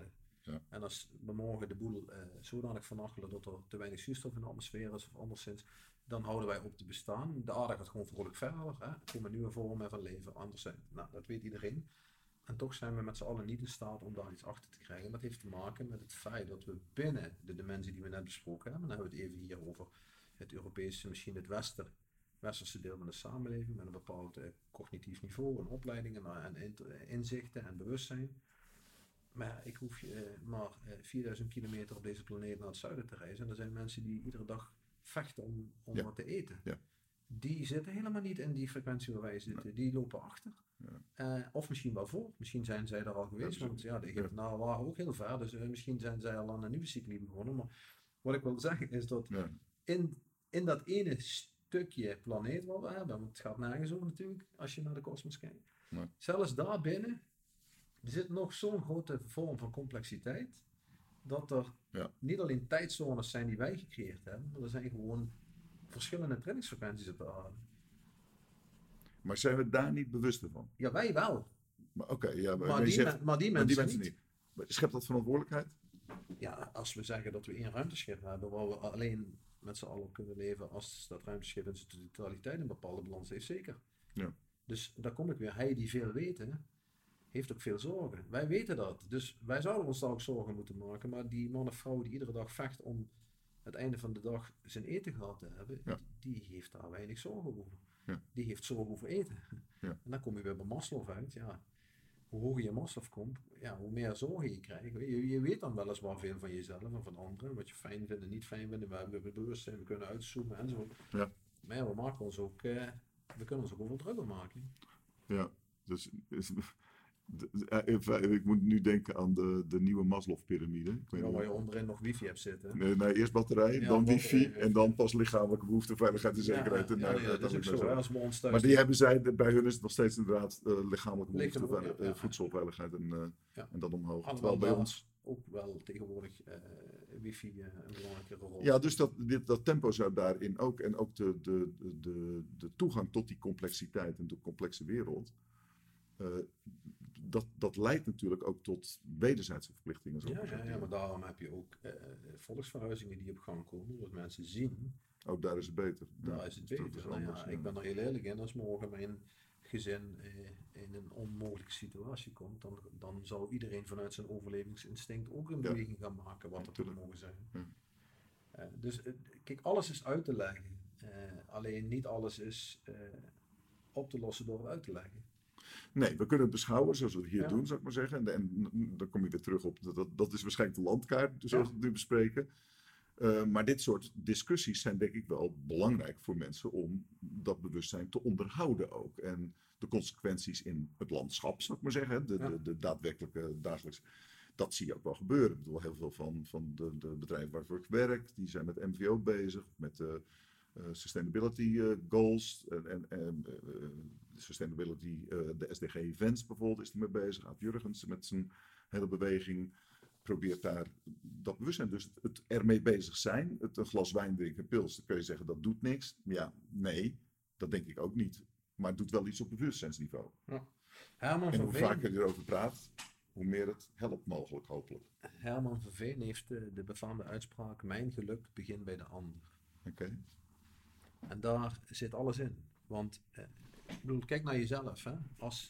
Ja. En als we morgen de boel zodanig vernachelen dat er te weinig zuurstof in de atmosfeer is of anderszins, dan houden wij op te bestaan. De aarde gaat gewoon vrolijk verder. Hè? Er komen nieuwe vormen van leven, anders zijn. Nou, dat weet iedereen. En toch zijn we met z'n allen niet in staat om daar iets achter te krijgen. Dat heeft te maken met het feit dat we binnen de dimensie die we net besproken hebben, dan hebben we het even hier over het Europese, misschien het westerse deel van de samenleving, met een bepaald cognitief niveau en opleidingen en inzichten en bewustzijn. Maar ik hoef maar 4000 kilometer op deze planeet naar het zuiden te reizen. En er zijn mensen die iedere dag vechten om wat te eten. Ja. Die zitten helemaal niet in die frequentie waar wij zitten. Nee. Die lopen achter. Ja. Of misschien wel voor. Misschien zijn zij er al geweest. Ja, want ja, de Egyptenaren waren ook heel ver. Dus misschien zijn zij al aan een nieuwe cycli begonnen. Maar wat ik wil zeggen is dat in dat ene stukje planeet wat we hebben. Want het gaat nergens over natuurlijk. Als je naar de kosmos kijkt. Nee. Zelfs daarbinnen zit nog zo'n grote vorm van complexiteit. Dat er niet alleen tijdzones zijn die wij gecreëerd hebben. Maar er zijn gewoon verschillende trainingsfrequenties op de aarde. Maar zijn we daar niet bewust van? Ja, wij wel. Maar oké, maar die mensen niet. Schept dat verantwoordelijkheid? Ja, als we zeggen dat we één ruimteschip hebben waar we alleen met z'n allen op kunnen leven, als dat ruimteschip in zijn totaliteit een bepaalde balans heeft, zeker. Ja. Dus daar kom ik weer. Hij die veel weten, heeft ook veel zorgen. Wij weten dat. Dus wij zouden ons daar ook zorgen moeten maken. Maar die man of vrouw die iedere dag vecht om het einde van de dag zijn eten gehad te hebben, die heeft daar weinig zorgen over. Ja. Die heeft zorgen over eten. Ja. En dan kom je weer bij Maslow uit. Ja. Hoe hoger je Maslow komt, hoe meer zorgen je krijgt. Je weet dan weliswaar veel van jezelf en van anderen. Wat je fijn vindt en niet fijn vindt. We hebben bewustzijn, we kunnen uitzoomen enzovoort. Ja. Maar ja, we maken ons ook, we kunnen ons ook over druk maken. Ja, dus ik moet nu denken aan de nieuwe Maslow-pyramide. Waar je onderin nog wifi hebt zitten. Nee, eerst batterij, dan wifi en dan pas lichamelijke behoeften, veiligheid en zekerheid. Dat is ook zo. Als we ons thuis maar die hebben zij, bij hun is het nog steeds inderdaad lichamelijke behoeften, voedselveiligheid en dan omhoog. Terwijl bij ons ook wel tegenwoordig wifi een belangrijke rol. Ja, dus dat tempo zou daarin ook, en ook de toegang tot die complexiteit en de complexe wereld, dat leidt natuurlijk ook tot wederzijdse verplichtingen. Ja, maar daarom heb je ook volksverhuizingen die op gang komen, dat mensen zien. Ook daar is het beter. Daar is het beter. Ik ben er heel eerlijk in, als morgen mijn gezin in een onmogelijke situatie komt, dan zou iedereen vanuit zijn overlevingsinstinct ook een beweging gaan maken wat er moet mogen zijn. Ja. Dus kijk, alles is uit te leggen. Alleen niet alles is op te lossen door het uit te leggen. Nee, we kunnen het beschouwen zoals we het hier doen, zou ik maar zeggen. En dan kom je weer terug op, dat is waarschijnlijk de landkaart, zoals we het nu bespreken. Maar dit soort discussies zijn denk ik wel belangrijk voor mensen om dat bewustzijn te onderhouden ook. En de consequenties in het landschap, zou ik maar zeggen, de daadwerkelijke dagelijks. Dat zie je ook wel gebeuren. Ik bedoel, heel veel van de bedrijven waarvoor ik werk, die zijn met MVO bezig, met sustainability goals en sustainability, de SDG events bijvoorbeeld is er mee bezig. Aad Jurgens met zijn hele beweging probeert daar dat bewustzijn. Dus het ermee bezig zijn, het een glas wijn drinken, pils, dan kun je zeggen dat doet niks. Ja, nee, dat denk ik ook niet. Maar het doet wel iets op bewustzijnsniveau. Ja. En hoe vaker je erover praat, hoe meer het helpt mogelijk, hopelijk. Herman van Veen heeft de befaamde uitspraak: mijn geluk begint bij de ander. Oké. En daar zit alles in. Want, ik bedoel, kijk naar jezelf. Hè?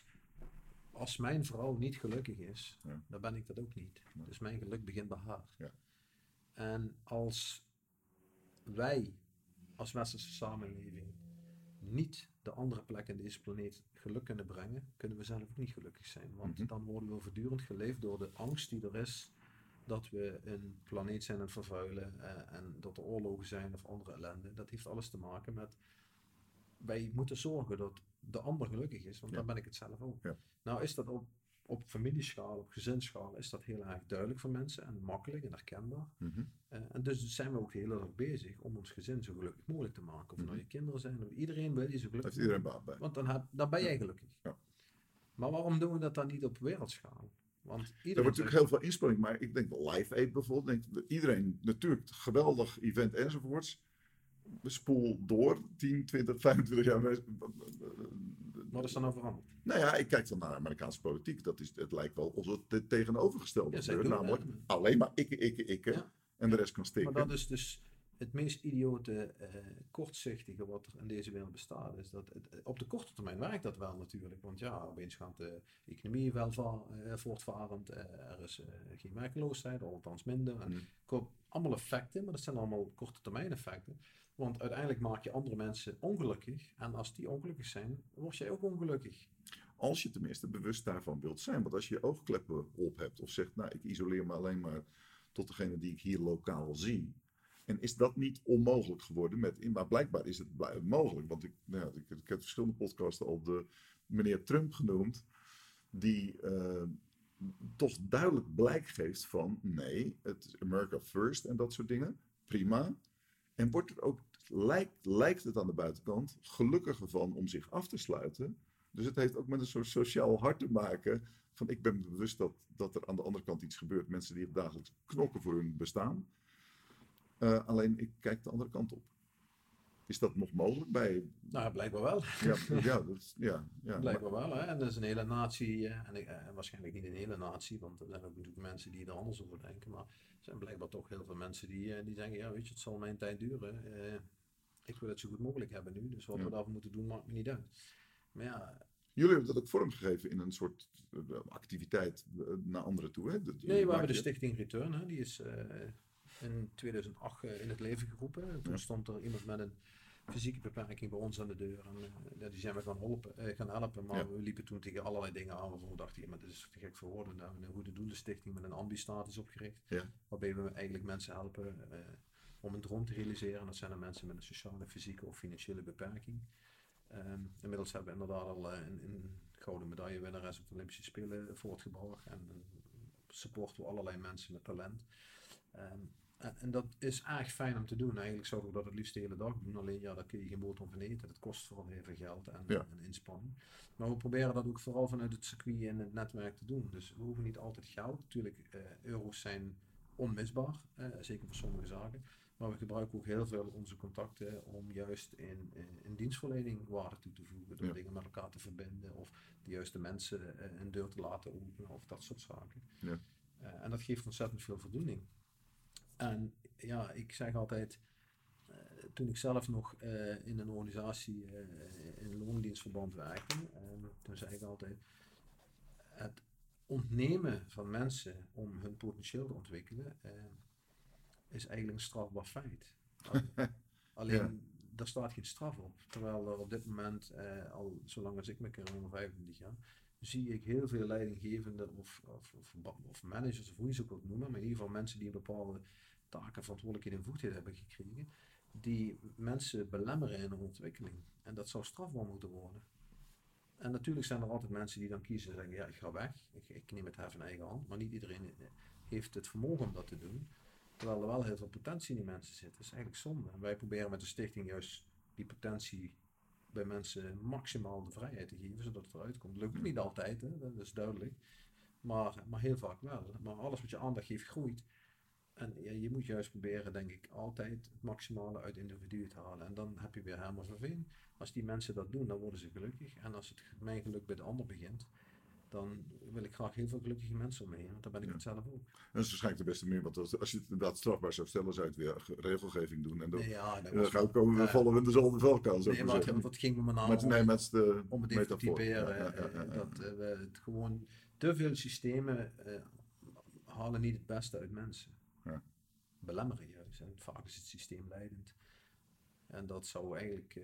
Als mijn vrouw niet gelukkig is, dan ben ik dat ook niet. Ja. Dus mijn geluk begint bij haar. Ja. En als wij, als westerse samenleving, niet de andere plekken in deze planeet geluk kunnen brengen, kunnen we zelf ook niet gelukkig zijn. Want dan worden we voortdurend geleefd door de angst die er is dat we een planeet zijn aan het vervuilen en dat er oorlogen zijn of andere ellende. Dat heeft alles te maken met, wij moeten zorgen dat de ander gelukkig is, want dan ben ik het zelf ook. Ja. Nou is dat op familieschaal, op gezinsschaal, is dat heel erg duidelijk voor mensen en makkelijk en herkenbaar. En dus zijn we ook heel erg bezig om ons gezin zo gelukkig mogelijk te maken. Of nou je kinderen zijn, of iedereen wil die zo gelukkig iedereen baat bij. Want dan ben jij gelukkig. Ja. Maar waarom doen we dat dan niet op wereldschaal? Want er wordt natuurlijk heel veel inspanning, maar ik denk Live Aid bijvoorbeeld, iedereen natuurlijk geweldig event enzovoorts. Spoel door 10, 20, 25 jaar. Wat is er nou veranderd? Nou ja, ik kijk dan naar de Amerikaanse politiek. Het lijkt wel alsof het tegenovergestelde Ja, zij gebeurt. doen Namelijk het. alleen maar ikke. Ja. En de rest kan stikken. Maar dat is dus het meest idiote, kortzichtige wat er in deze wereld bestaat. Is dat op de korte termijn werkt dat wel natuurlijk. Want ja, opeens gaat de economie wel voortvarend. Er is geen werkloosheid, of althans minder. En komt allemaal effecten, maar dat zijn allemaal korte termijn effecten. Want uiteindelijk maak je andere mensen ongelukkig. En als die ongelukkig zijn, word jij ook ongelukkig. Als je tenminste bewust daarvan wilt zijn. Want als je je oogkleppen op hebt of zegt, nou ik isoleer me alleen maar tot degene die ik hier lokaal zie. En is dat niet onmogelijk geworden? Maar blijkbaar is het mogelijk. Want ik heb verschillende podcasten al de meneer Trump genoemd. Die toch duidelijk blijk geeft van nee, het is America first en dat soort dingen. Prima. En wordt er ook, lijkt het aan de buitenkant, gelukkiger van om zich af te sluiten. Dus het heeft ook met een soort sociaal hart te maken. Van ik ben me bewust dat er aan de andere kant iets gebeurt. Mensen die dagelijks knokken voor hun bestaan. Alleen ik kijk de andere kant op. Is dat nog mogelijk bij... Nou, blijkbaar wel. Ja. Blijkbaar wel. Hè? En dat is een hele natie. En waarschijnlijk niet een hele natie. Want er zijn ook natuurlijk mensen die er anders over denken. Maar er zijn blijkbaar toch heel veel mensen die zeggen... Ja, weet je, het zal mijn tijd duren. Ik wil het zo goed mogelijk hebben nu. Dus wat we daarvoor moeten doen, maakt me niet uit. Maar ja... Jullie hebben dat ook vormgegeven in een soort activiteit naar anderen toe, hè? Nee, we hebben de Stichting Return. Hè? Die is in 2008 in het leven geroepen. Toen stond er iemand met een fysieke beperking bij ons aan de deur. En die zijn we gaan helpen. Maar we liepen toen tegen allerlei dingen aan. Waarvan we dachten, maar dit is te gek voor woorden. Nou, een goede doelenstichting met een ambi-status opgericht. Ja. Waarbij we eigenlijk mensen helpen om een droom te realiseren. En dat zijn dan mensen met een sociale, fysieke of financiële beperking. Inmiddels hebben we inderdaad al een gouden medaillewinnares op de Olympische Spelen voortgebracht. En supporten we allerlei mensen met talent. En dat is erg fijn om te doen. Eigenlijk zouden we dat het liefst de hele dag doen. Alleen ja, daar kun je geen boterham van eten. Dat kost vooral heel veel geld en inspanning. Maar we proberen dat ook vooral vanuit het circuit en het netwerk te doen. Dus we hoeven niet altijd geld. Natuurlijk, euro's zijn onmisbaar. Zeker voor sommige zaken. Maar we gebruiken ook heel veel onze contacten om juist in dienstverlening waarde toe te voegen. Door dingen met elkaar te verbinden. Of de juiste mensen een deur te laten openen. Of dat soort zaken. Ja. En dat geeft ontzettend veel voldoening. En ja, ik zeg altijd, toen ik zelf nog in een organisatie in loondienstverband werkte, toen zei ik altijd, het ontnemen van mensen om hun potentieel te ontwikkelen, is eigenlijk een strafbaar feit. Alleen, daar staat geen straf op. Terwijl er op dit moment, al zolang als ik me ken, ongeveer 25 jaar, zie ik heel veel leidinggevenden of managers, of hoe je ze ook wilt noemen, maar in ieder geval mensen die een bepaalde taken, verantwoordelijkheden en bevoegdheden hebben gekregen, die mensen belemmeren in hun ontwikkeling. En dat zou strafbaar moeten worden. En natuurlijk zijn er altijd mensen die dan kiezen en zeggen, ja, ik ga weg, ik neem het hef in eigen hand, maar niet iedereen heeft het vermogen om dat te doen. Terwijl er wel heel veel potentie in die mensen zit. Dat is eigenlijk zonde. En wij proberen met de stichting juist die potentie bij mensen maximaal de vrijheid te geven, zodat het eruit komt. Lukt niet altijd, hè? Dat is duidelijk. Maar heel vaak wel. Maar alles wat je aandacht geeft, groeit. En ja, je moet juist proberen, denk ik, altijd het maximale uit individuen te halen. En dan heb je weer Herman van Veen. Als die mensen dat doen, dan worden ze gelukkig. En als het mijn geluk bij de ander begint, dan wil ik graag heel veel gelukkige mensen om me heen. Want dan ben ik het zelf ook. Dat is waarschijnlijk de beste manier. Want als je het inderdaad strafbaar zou stellen, zou je het weer regelgeving doen. En dan vallen we in dezelfde valkuil. Nee, maar wat ging me met name om het even te typeren. Dat we het gewoon... Te veel systemen halen niet het beste uit mensen. Ja. Belemmeren juist. En vaak is het systeem leidend. En dat zou eigenlijk...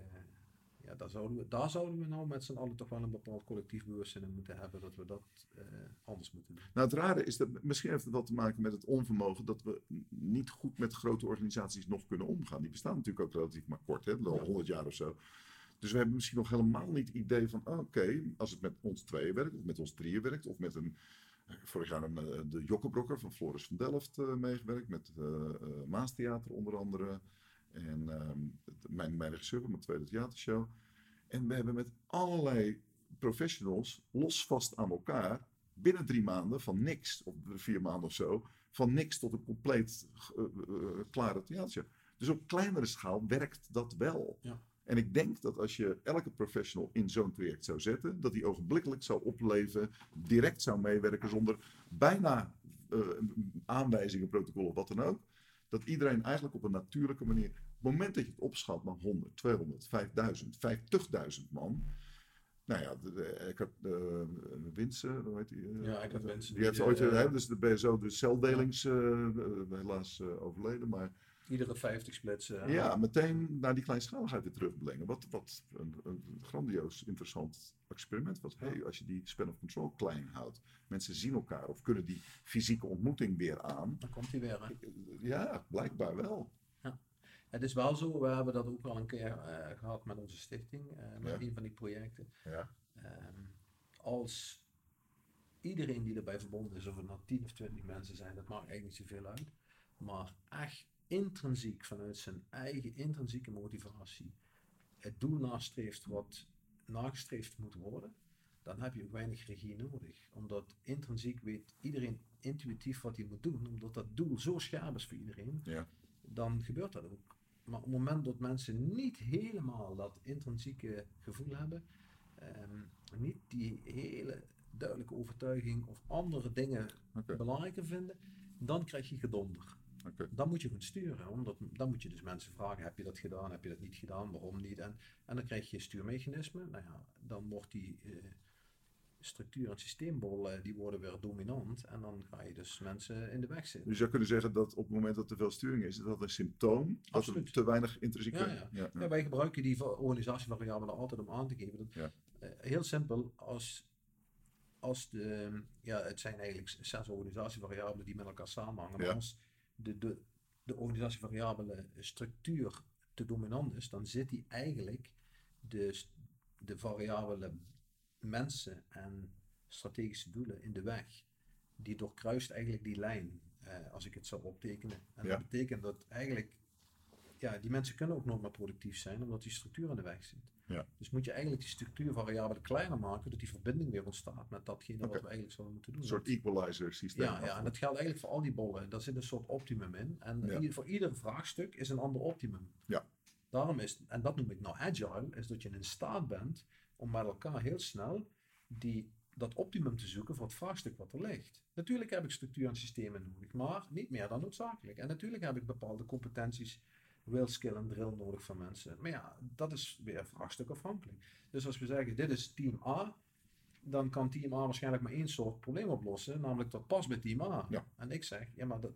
daar zouden we nou met z'n allen toch wel een bepaald collectief bewustzijn in moeten hebben dat we dat anders moeten doen. Nou, het rare is dat misschien heeft het wel te maken met het onvermogen dat we niet goed met grote organisaties nog kunnen omgaan. Die bestaan natuurlijk ook relatief maar kort, hè, 100 jaar of zo. Dus we hebben misschien nog helemaal niet het idee van, oké, als het met ons tweeën werkt, of met ons drieën werkt, of met vorig jaar de Jokkebrokker van Floris van Delft meegewerkt, met Maastheater onder andere. En mijn regisseur van mijn tweede theatershow. En we hebben met allerlei professionals losvast aan elkaar binnen 3 maanden van niks, of 4 maanden of zo, van niks tot een compleet klare theatershow. Dus op kleinere schaal werkt dat wel. Ja. En ik denk dat als je elke professional in zo'n traject zou zetten, dat die ogenblikkelijk zou opleven, direct zou meewerken zonder bijna aanwijzingen, protocol of wat dan ook. Dat iedereen eigenlijk op een natuurlijke manier, op het moment dat je het opschat naar 100, 200, 5000, 50.000 man. Nou ja, Winsen, hoe heet die? Ja, ik heb Winsen. Die heeft ooit, dus de BSO, de celdelings, helaas overleden, maar Iedere 50 splitsen. ja, meteen naar die kleinschaligheid weer terugbrengen. Wat een grandioos interessant experiment was. Hey, als je die span of control klein houdt, mensen zien elkaar of kunnen die fysieke ontmoeting weer aan. Dan komt hij weer. Hè? Ja, blijkbaar wel. Ja. Het is wel zo, we hebben dat ook al een keer gehad met onze stichting, met een van die projecten. Ja. Als iedereen die erbij verbonden is, of het nou 10 of 20 mensen zijn, dat maakt eigenlijk niet zoveel uit. Maar echt intrinsiek, vanuit zijn eigen intrinsieke motivatie, het doel nastreeft wat nagestreefd moet worden, dan heb je ook weinig regie nodig. Omdat intrinsiek weet iedereen intuïtief wat hij moet doen, omdat dat doel zo scherp is voor iedereen, dan gebeurt dat ook. Maar op het moment dat mensen niet helemaal dat intrinsieke gevoel hebben, niet die hele duidelijke overtuiging of andere dingen belangrijker vinden, dan krijg je gedonder. Dan moet je gaan sturen, dan moet je dus mensen vragen, heb je dat gedaan, heb je dat niet gedaan, waarom niet? En dan krijg je stuurmechanismen, nou ja, dan wordt die structuur en systeembol, die worden weer dominant en dan ga je dus mensen in de weg zitten. Dus je zou kunnen zeggen dat op het moment dat er veel sturing is dat een symptoom, dat er te weinig intrinsieke... Ja, wij gebruiken die organisatievariabelen altijd om aan te geven. Heel simpel, als het zijn eigenlijk 6 organisatievariabelen die met elkaar samenhangen, maar als de organisatievariabele structuur te dominant is, dan zit die eigenlijk de variabele mensen en strategische doelen in de weg. Die doorkruist eigenlijk die lijn, als ik het zou optekenen. En dat betekent dat eigenlijk, die mensen kunnen ook nog maar productief zijn, omdat die structuur in de weg zit. Ja. Dus moet je eigenlijk die structuurvariabelen kleiner maken, dat die verbinding weer ontstaat met datgene wat we eigenlijk zouden moeten doen. Een soort equalizer systeem. Ja, en dat geldt eigenlijk voor al die bollen. Daar zit een soort optimum in. En voor ieder vraagstuk is een ander optimum. Ja. Daarom is, en dat noem ik nou agile, is dat je in staat bent om met elkaar heel snel dat optimum te zoeken voor het vraagstuk wat er ligt. Natuurlijk heb ik structuur en systemen nodig, maar niet meer dan noodzakelijk. En natuurlijk heb ik bepaalde competenties, will, skill en drill nodig van mensen. Maar ja, dat is weer vraagstuk afhankelijk. Dus als we zeggen, dit is team A, dan kan team A waarschijnlijk maar één soort probleem oplossen, namelijk dat past bij team A. Ja. En ik zeg, ja maar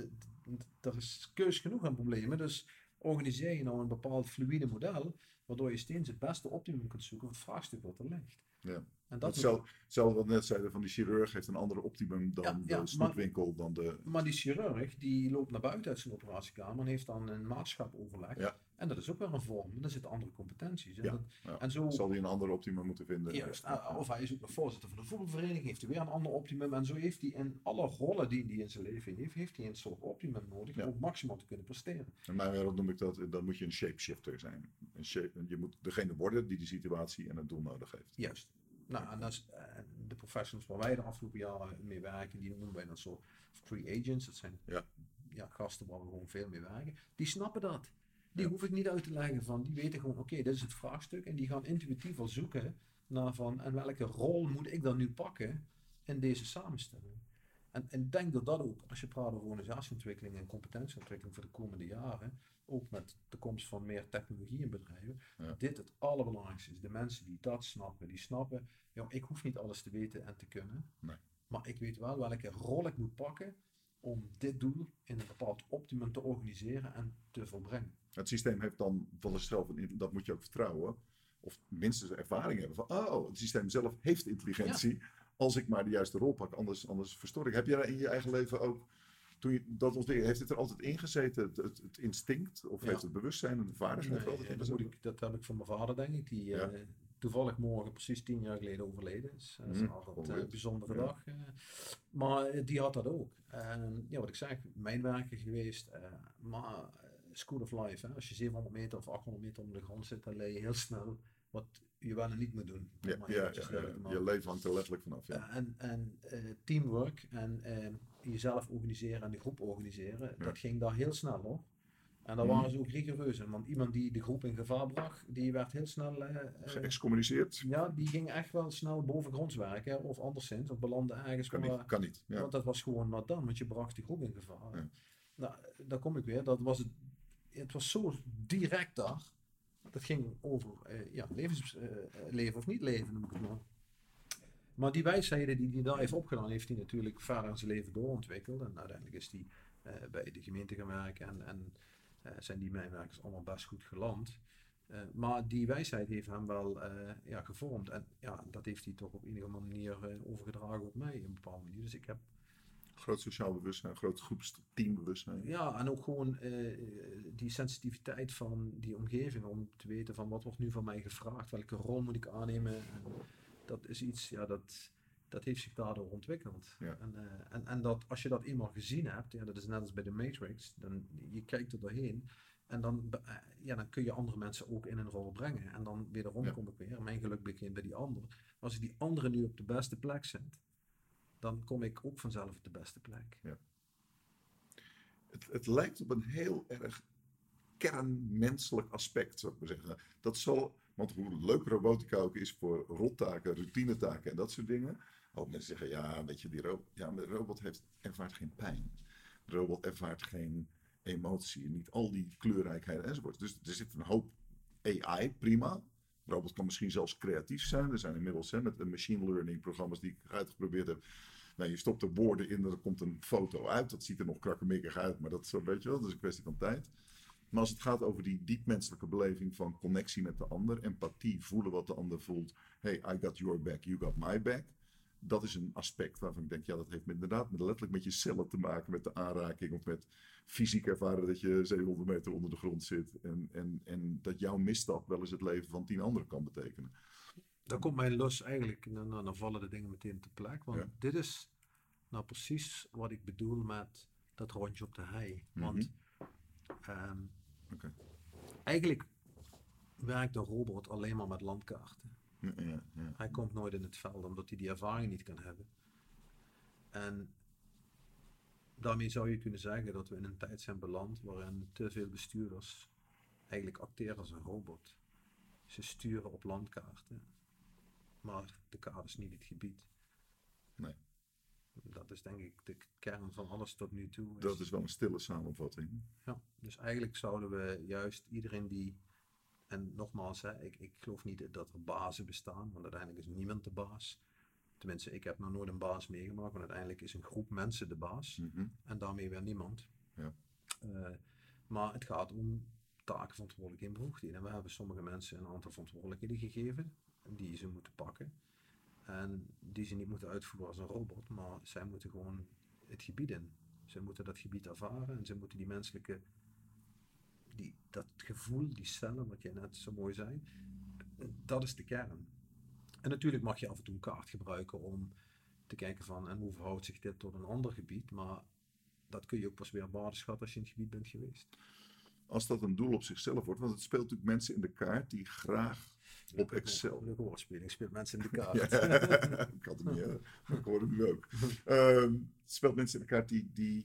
er is keus genoeg aan problemen, dus organiseer je nou een bepaald fluïde model, waardoor je steeds het beste optimum kunt zoeken voor het vraagstuk wat er ligt. Ja. En dat hetzelfde wat we net zeiden van die chirurg heeft een ander optimum dan de snoepwinkel. Maar die chirurg die loopt naar buiten uit zijn operatiekamer en heeft dan een maatschap-overleg. Ja. En dat is ook weer een vorm, maar daar zitten andere competenties. En zo zal hij een ander optimum moeten vinden. Juist, of hij is ook nog voorzitter van de voetbalvereniging, heeft hij weer een ander optimum. En zo heeft hij in alle rollen die hij in zijn leven heeft hij een soort optimum nodig om maximaal te kunnen presteren. In mijn wereld noem ik dan moet je een shapeshifter zijn. Je moet degene worden die de situatie en het doel nodig heeft. Juist. Nou, en dat is, de professionals waar wij de afgelopen jaren mee werken, die noemen wij dan zo free agents. Dat zijn gasten waar we gewoon veel mee werken. Die snappen dat. Die hoef ik niet uit te leggen van, die weten gewoon, oké, dit is het vraagstuk. En die gaan intuïtief al zoeken naar van, en welke rol moet ik dan nu pakken in deze samenstelling. En ik denk dat ook, als je praat over organisatieontwikkeling en competentieontwikkeling voor de komende jaren, ook met de komst van meer technologie in bedrijven, dit het allerbelangrijkste is. De mensen die dat snappen, die snappen, ik hoef niet alles te weten en te kunnen, maar ik weet wel welke rol ik moet pakken om dit doel in een bepaald optimum te organiseren en te volbrengen. Het systeem heeft dan van zichzelf, dat moet je ook vertrouwen, of minstens ervaring hebben van, het systeem zelf heeft intelligentie, als ik maar de juiste rol pak, anders verstoor ik. Heb jij in je eigen leven ook, toen je dat ontwikkelde, heeft het er altijd ingezeten, het instinct, of heeft het bewustzijn en de vaardigheid altijd ingezeten? Dat heb ik van mijn vader, denk ik, die toevallig morgen precies 10 jaar geleden overleden is. Dat is altijd een bijzondere dag. Maar die had dat ook. Wat ik zeg, mijn werken geweest, maar School of Life, als je 700 meter of 800 meter onder de grond zit, dan leer je heel snel wat je wel en niet moet doen. Je leven hangt er letterlijk vanaf. En teamwork en jezelf organiseren en de groep organiseren, dat ging daar heel snel hoor. En daar waren ze ook rigoureus in, want iemand die de groep in gevaar bracht, die werd heel snel... Geëxcommuniceerd? ja, die ging echt wel snel bovengronds werken, of anderszins, of belandde ergens. Kan niet. Ja. Want dat was gewoon not done, want je bracht die groep in gevaar. Ja. Nou, daar kom ik weer, het was zo direct daar. Dat ging over leven of niet leven, noem ik het maar. Maar die wijsheden die hij daar heeft opgedaan, heeft hij natuurlijk verder in zijn leven doorontwikkeld. En uiteindelijk is hij bij de gemeente gaan werken en zijn die mijnwerkers allemaal best goed geland. Maar die wijsheid heeft hem wel gevormd. En ja, dat heeft hij toch op enige manier overgedragen op mij op een bepaalde manier. Dus ik heb... Groot sociaal bewustzijn, groot groepsteambewustzijn. Ja, en ook gewoon die sensitiviteit van die omgeving om te weten van wat wordt nu van mij gevraagd, welke rol moet ik aannemen. En dat is iets, dat heeft zich daardoor ontwikkeld. Ja. En dat als je dat eenmaal gezien hebt, dat is net als bij de Matrix, dan je kijkt er doorheen en dan kun je andere mensen ook in een rol brengen. En dan wederom kom ik weer, mijn geluk begint bij die ander. Als ik die andere nu op de beste plek zet, dan kom ik ook vanzelf op de beste plek. Ja. Het lijkt op een heel erg kernmenselijk aspect, zou ik maar zeggen. Dat zal, want hoe leuk robotica ook is voor rottaken, routinetaken en dat soort dingen. Ook mensen zeggen, ja, weet je, de robot ervaart geen pijn. De robot ervaart geen emotie, niet al die kleurrijkheid enzovoort. Dus er zit een hoop AI, prima. De robot kan misschien zelfs creatief zijn. Er zijn inmiddels met de machine learning programma's die ik uitgeprobeerd heb. Nou, je stopt er woorden in en er komt een foto uit. Dat ziet er nog krakkemikkig uit, maar dat is een beetje wel. Dat is een kwestie van tijd. Maar als het gaat over die diepmenselijke beleving van connectie met de ander, empathie, voelen wat de ander voelt. Hey, I got your back, you got my back. Dat is een aspect waarvan ik denk, ja, dat heeft inderdaad letterlijk met je cellen te maken, met de aanraking of met fysiek ervaren dat je 700 meter onder de grond zit. En dat jouw misstap wel eens het leven van 10 anderen kan betekenen. Dan komt mijn lus eigenlijk, dan vallen de dingen meteen te plek. Want dit is nou precies wat ik bedoel met dat rondje op de hei. Want eigenlijk werkt een robot alleen maar met landkaarten. Ja. Hij komt nooit in het veld omdat hij die ervaring niet kan hebben. En daarmee zou je kunnen zeggen dat we in een tijd zijn beland waarin te veel bestuurders eigenlijk acteren als een robot. Ze sturen op landkaarten, maar de kaart is niet het gebied. Nee. Dat is denk ik de kern van alles tot nu toe. Dat is wel een stille samenvatting. Ja, dus eigenlijk zouden we juist iedereen die... En nogmaals, ik geloof niet dat er bazen bestaan, want uiteindelijk is niemand de baas. Tenminste, ik heb nog nooit een baas meegemaakt, want uiteindelijk is een groep mensen de baas. En daarmee weer niemand. Ja. Maar het gaat om taken, verantwoordelijkheden en bevoegdheden. En we hebben sommige mensen een aantal verantwoordelijkheden gegeven, die ze moeten pakken. En die ze niet moeten uitvoeren als een robot, maar zij moeten gewoon het gebied in. Ze moeten dat gebied ervaren en ze moeten die menselijke... dat gevoel, die cellen, wat jij net zo mooi zei, dat is de kern. En natuurlijk mag je af en toe een kaart gebruiken om te kijken van, en hoe verhoudt zich dit tot een ander gebied, maar dat kun je ook pas weer waardeschatten als je in het gebied bent geweest. Als dat een doel op zichzelf wordt, want het speelt natuurlijk mensen in de kaart die graag op Excel... Leuke woordspeling, speelt mensen in de kaart. Ik had het niet, maar ik hoor het nu ook. Het speelt mensen in de kaart die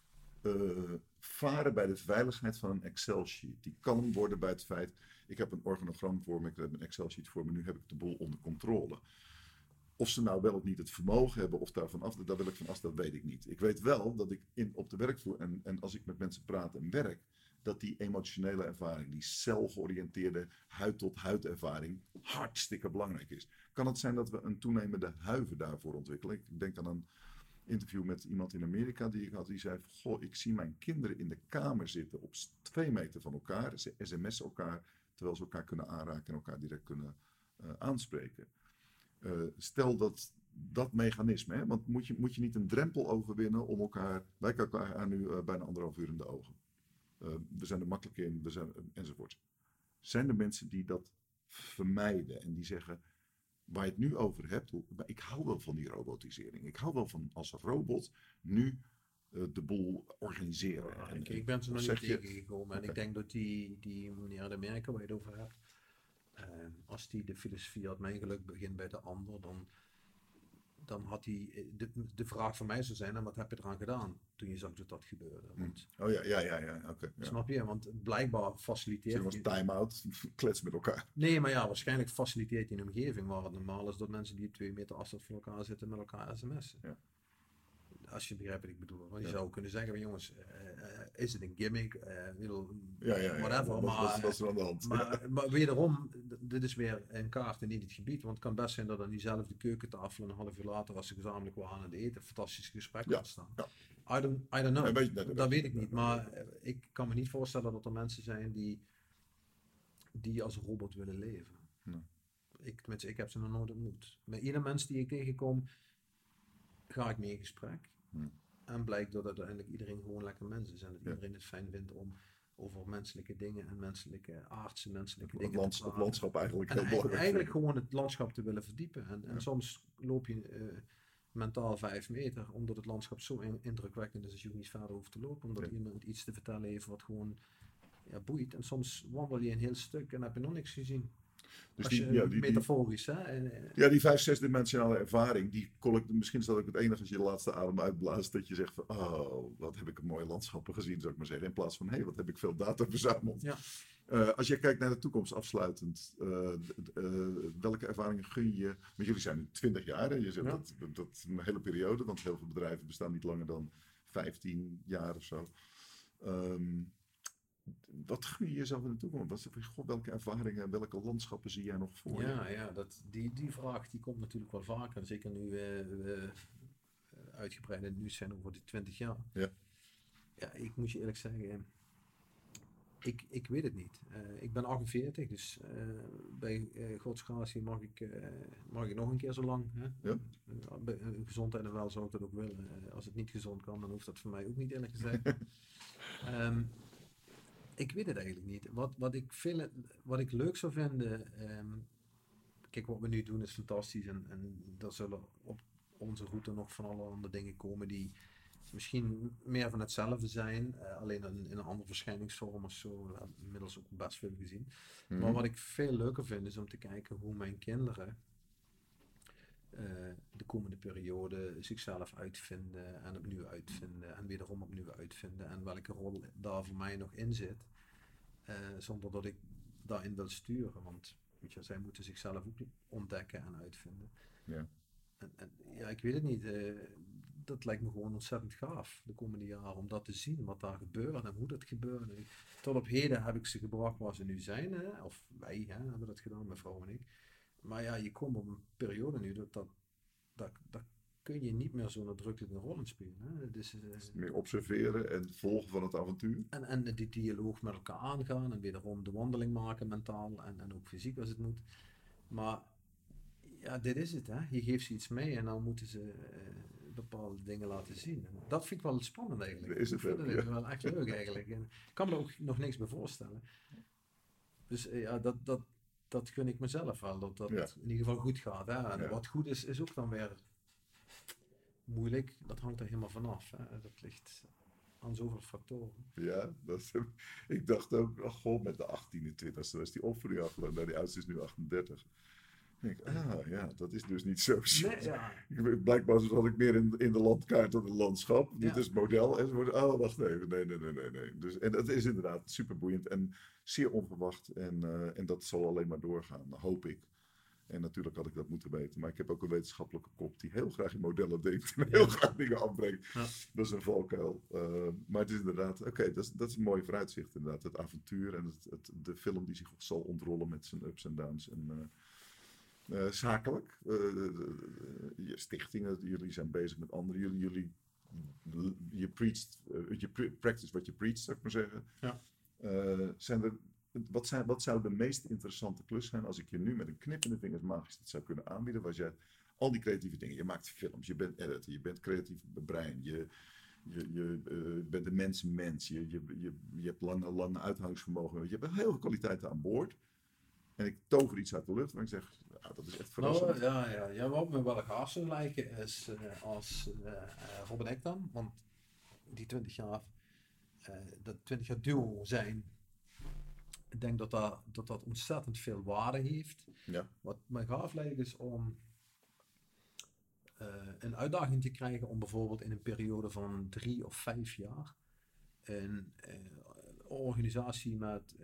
varen bij de veiligheid van een Excel-sheet. Die kalm worden bij het feit, ik heb een organogram voor me, ik heb een Excel-sheet voor me, nu heb ik de boel onder controle. Of ze nou wel of niet het vermogen hebben of daarvan af, daar wil ik van af, dat weet ik niet. Ik weet wel dat ik op de werkvloer en als ik met mensen praat en werk, dat die emotionele ervaring, die celgeoriënteerde huid-tot-huid ervaring hartstikke belangrijk is. Kan het zijn dat we een toenemende huiver daarvoor ontwikkelen? Ik denk aan een interview met iemand in Amerika die ik had, die zei, goh, ik zie mijn kinderen in de kamer zitten op 2 meter van elkaar. Ze sms'en elkaar, terwijl ze elkaar kunnen aanraken en elkaar direct kunnen aanspreken. Stel dat mechanisme, hè, want moet je niet een drempel overwinnen om elkaar, wij kijken elkaar aan nu bijna 1,5 uur in de ogen. We zijn er makkelijk in, enzovoort. Zijn er mensen die dat vermijden en die zeggen, waar je het nu over hebt, ik hou wel van die robotisering. Ik hou wel van als robot nu de boel organiseren. Ja, ik ben ze nog niet tegengekomen. En ik denk dat die meneer de Amerika waar je het over hebt, als die de filosofie had, mijn geluk begint bij de ander, dan dan had hij, de vraag van mij zou zijn, en wat heb je eraan gedaan toen je zag dat dat gebeurde? Want, Oh ja, oké. Ja. snap je? Want blijkbaar Dus faciliteert er was hij... time-out, klets met elkaar. Nee, maar ja, waarschijnlijk faciliteert hij een omgeving waar het normaal is dat mensen die op 2 meter afstand van elkaar zitten met elkaar sms'en. Ja. Als je begrijpt wat ik bedoel. Want je Ja. zou kunnen zeggen, van, jongens, is het een gimmick? Ja. Whatever. Wat was er aan de hand? Maar wederom, dit is weer een kaart in niet het gebied. Want het kan best zijn dat aan diezelfde keukentafel een half uur later, als ze gezamenlijk waren aan het eten, een fantastisch gesprek Ja, ontstaan. ja. I don't know. Nee, Dat weet ik niet. Maar ik kan me niet voorstellen dat er mensen zijn die als robot willen leven. Nee. Tenminste, ik heb ze nog nooit ontmoet. Met ieder mens die ik tegenkom, ga ik mee in gesprek. En blijkt dat uiteindelijk iedereen gewoon lekker mens is. En dat iedereen het fijn vindt om over menselijke dingen en menselijke aardse menselijke dingen te praten. Het landschap eigenlijk En heel belangrijk. eigenlijk gewoon het landschap te willen verdiepen. En soms loop je mentaal 5 meter, omdat het landschap zo indrukwekkend is dat je ook niet verder hoeft te lopen. Omdat iemand iets te vertellen heeft wat gewoon boeit. En soms wandel je een heel stuk en heb je nog niks gezien. Dus Als je metaforisch, hè? Die 5-6-dimensionale ervaring, misschien is dat ook het enige als je de laatste adem uitblaast, dat je zegt van, oh, wat heb ik een mooie landschappen gezien, zou ik maar zeggen. In plaats van, hé, wat heb ik veel data verzameld. Ja. Als je kijkt naar de toekomst, afsluitend, welke ervaringen gun je? Want jullie zijn nu 20 jaar, hè? Je zegt dat is een hele periode, want heel veel bedrijven bestaan niet langer dan 15 jaar of zo. Wat gun je jezelf in de toekomst? Welke ervaringen, welke landschappen zie jij nog voor je? Ja, die vraag die komt natuurlijk wel vaker. Zeker nu we uitgebreid in het nieuws zijn over die 20 jaar. Ja. Ja, ik moet je eerlijk zeggen, ik weet het niet. Ik ben 48, dus bij Godsgratie mag ik nog een keer zo lang. Hè? Ja. Gezondheid en wel zou ik dat ook willen. Als het niet gezond kan, dan hoeft dat voor mij ook niet, eerlijk gezegd. Ik weet het eigenlijk niet. Wat ik leuk zou vinden. Kijk, wat we nu doen is fantastisch. En er zullen op onze route nog van alle andere dingen komen die misschien meer van hetzelfde zijn. Alleen in een andere verschijningsvorm of zo. We hebben inmiddels ook best veel gezien. Maar wat ik veel leuker vind is om te kijken hoe mijn kinderen de komende periode zichzelf uitvinden en opnieuw uitvinden en wederom opnieuw uitvinden en welke rol daar voor mij nog in zit, zonder dat ik daarin wil sturen, want weet je, zij moeten zichzelf ook ontdekken en uitvinden. Ja. En ik weet het niet, dat lijkt me gewoon ontzettend gaaf de komende jaren om dat te zien, wat daar gebeurt en hoe dat gebeurt. En tot op heden heb ik ze gebracht waar ze nu zijn, hè? Of wij hebben dat gedaan, mijn vrouw en ik. Maar ja, je komt op een periode nu dat kun je niet meer zo nadrukkelijk een rol in spelen. Hè? Dus, meer observeren en volgen van het avontuur. En die dialoog met elkaar aangaan en wederom de wandeling maken mentaal en ook fysiek als het moet. Maar ja, dit is het. Hè? Je geeft ze iets mee en dan moeten ze bepaalde dingen laten zien. En dat vind ik wel spannend eigenlijk. Is het ik vind het wel echt leuk eigenlijk. En ik kan me er ook nog niks bij voorstellen. Dus dat gun ik mezelf wel, dat in ieder geval goed gaat. Hè? En wat goed is ook dan weer moeilijk. Dat hangt er helemaal vanaf. Hè? Dat ligt aan zoveel factoren. Ja, ik dacht ook, goh, met de 18e, 20e was die opvoeding afgelopen. Nou, die oudste is nu 38. Ik denk, dat is dus niet zo. Nee, blijkbaar had ik meer in de landkaart dan in het landschap. Ja. Dit is het model. En ze worden, wacht even. Nee. Dus, en dat is inderdaad super boeiend en zeer onverwacht. En dat zal alleen maar doorgaan, hoop ik. En natuurlijk had ik dat moeten weten. Maar ik heb ook een wetenschappelijke kop die heel graag in modellen denkt. En heel graag dingen afbrengt. Ja. Dat is een valkuil. Maar het is inderdaad, dat is een mooi vooruitzicht inderdaad. Het avontuur en de film die zich zal ontrollen met zijn ups en downs. En zakelijk. Je stichtingen, jullie zijn bezig met anderen. Je practice what you preach, zou ik maar zeggen. Ja. Wat zou de meest interessante klus zijn als ik je nu met een knip in de vingers magisch dat zou kunnen aanbieden? Was jij al die creatieve dingen. Je maakt films, je bent editor, je bent creatief brein, je bent een mensenmens, je hebt lange uithoudingsvermogen. Je hebt heel veel kwaliteiten aan boord. En ik tover iets uit de lucht en ik zeg, dat is echt verrassend. Ja, wat me wel gaaf zou lijken is als Rob en ik dan, want die 20 jaar, dat 20 jaar duo zijn, ik denk dat ontzettend veel waarde heeft. Ja. Wat me gaaf lijkt is om een uitdaging te krijgen om bijvoorbeeld in een periode van 3 of 5 jaar een organisatie met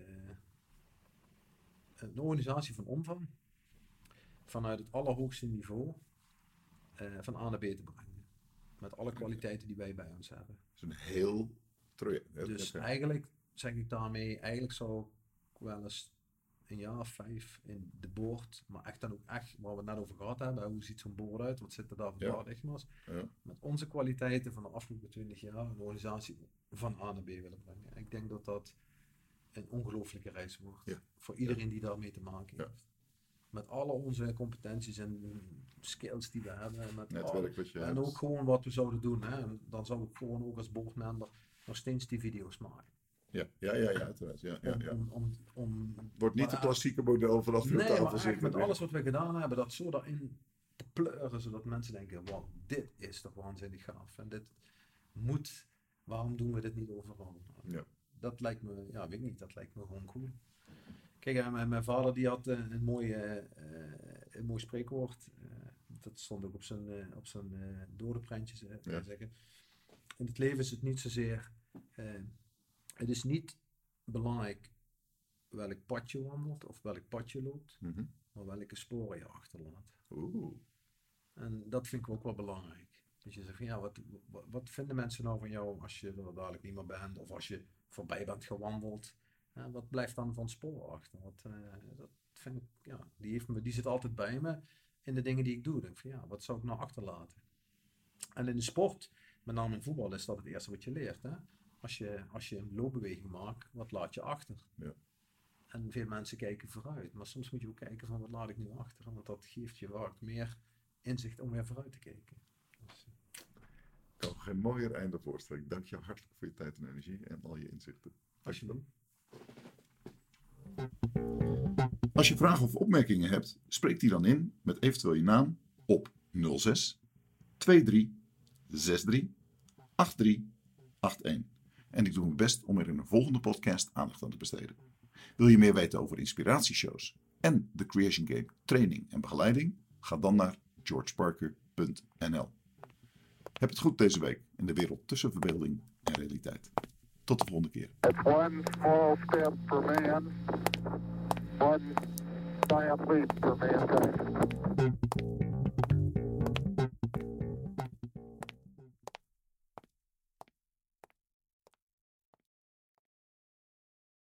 een organisatie van omvang vanuit het allerhoogste niveau van A naar B te brengen. Met alle kwaliteiten die wij bij ons hebben. Dat is een heel traject. Dus eigenlijk zeg ik daarmee, eigenlijk zou ik wel eens een jaar of 5 in de boord, maar echt dan ook echt, waar we het net over gehad hebben, hoe ziet zo'n boord uit, wat zit er daar voor paradigma's, met onze kwaliteiten van de afgelopen 20 jaar een organisatie van A naar B willen brengen. Ik denk dat dat een ongelooflijke reis wordt, voor iedereen die daarmee te maken heeft. Met alle onze competenties en skills die we hebben. Met netwerk wat je en hebt. ook gewoon wat we zouden doen. Hè. En dan zou ik gewoon ook als boardmember nog steeds die video's maken. Ja, uiteraard. Wordt niet maar, het klassieke model vanaf de tafel maar zitten. met alles wat we gedaan hebben, dat zo daarin te pleuren, zodat mensen denken, wow, dit is toch waanzinnig gaaf. En dit moet, waarom doen we dit niet overal? Ja. Dat lijkt me, weet ik niet, dat lijkt me gewoon cool. Kijk, mijn vader die had een mooi spreekwoord. Dat stond ook op zijn dodenprentje zeggen. In het leven is het niet zozeer... het is niet belangrijk welk pad je wandelt of welk pad je loopt, maar welke sporen je achterlaat. En dat vind ik ook wel belangrijk. Dus je zegt van wat vinden mensen nou van jou als je er dadelijk niet meer bent of als je voorbij bent gewandeld? Wat blijft dan van sporen achter? Dat vind ik, die zit altijd bij me in de dingen die ik doe. Denk van wat zou ik nou achterlaten? En in de sport, met name in voetbal, is dat het eerste wat je leert. Hè? Als je een loopbeweging maakt, wat laat je achter? Ja. En veel mensen kijken vooruit, maar soms moet je ook kijken van wat laat ik nu achter? Want dat geeft je vaak meer inzicht om weer vooruit te kijken. Dus, ik kan geen mooier einde voorstellen. Ik dank je hartelijk voor je tijd en energie en al je inzichten. Alsjeblieft. Als je vragen of opmerkingen hebt, spreek die dan in met eventueel je naam op 06 23 63 83 81. En ik doe mijn best om er in een volgende podcast aandacht aan te besteden. Wil je meer weten over inspiratieshows en de Creation Game training en begeleiding? Ga dan naar georgeparker.nl. Heb het goed deze week in de wereld tussen verbeelding en realiteit. Tot de volgende keer. It's one small step for man, one giant leap for mankind.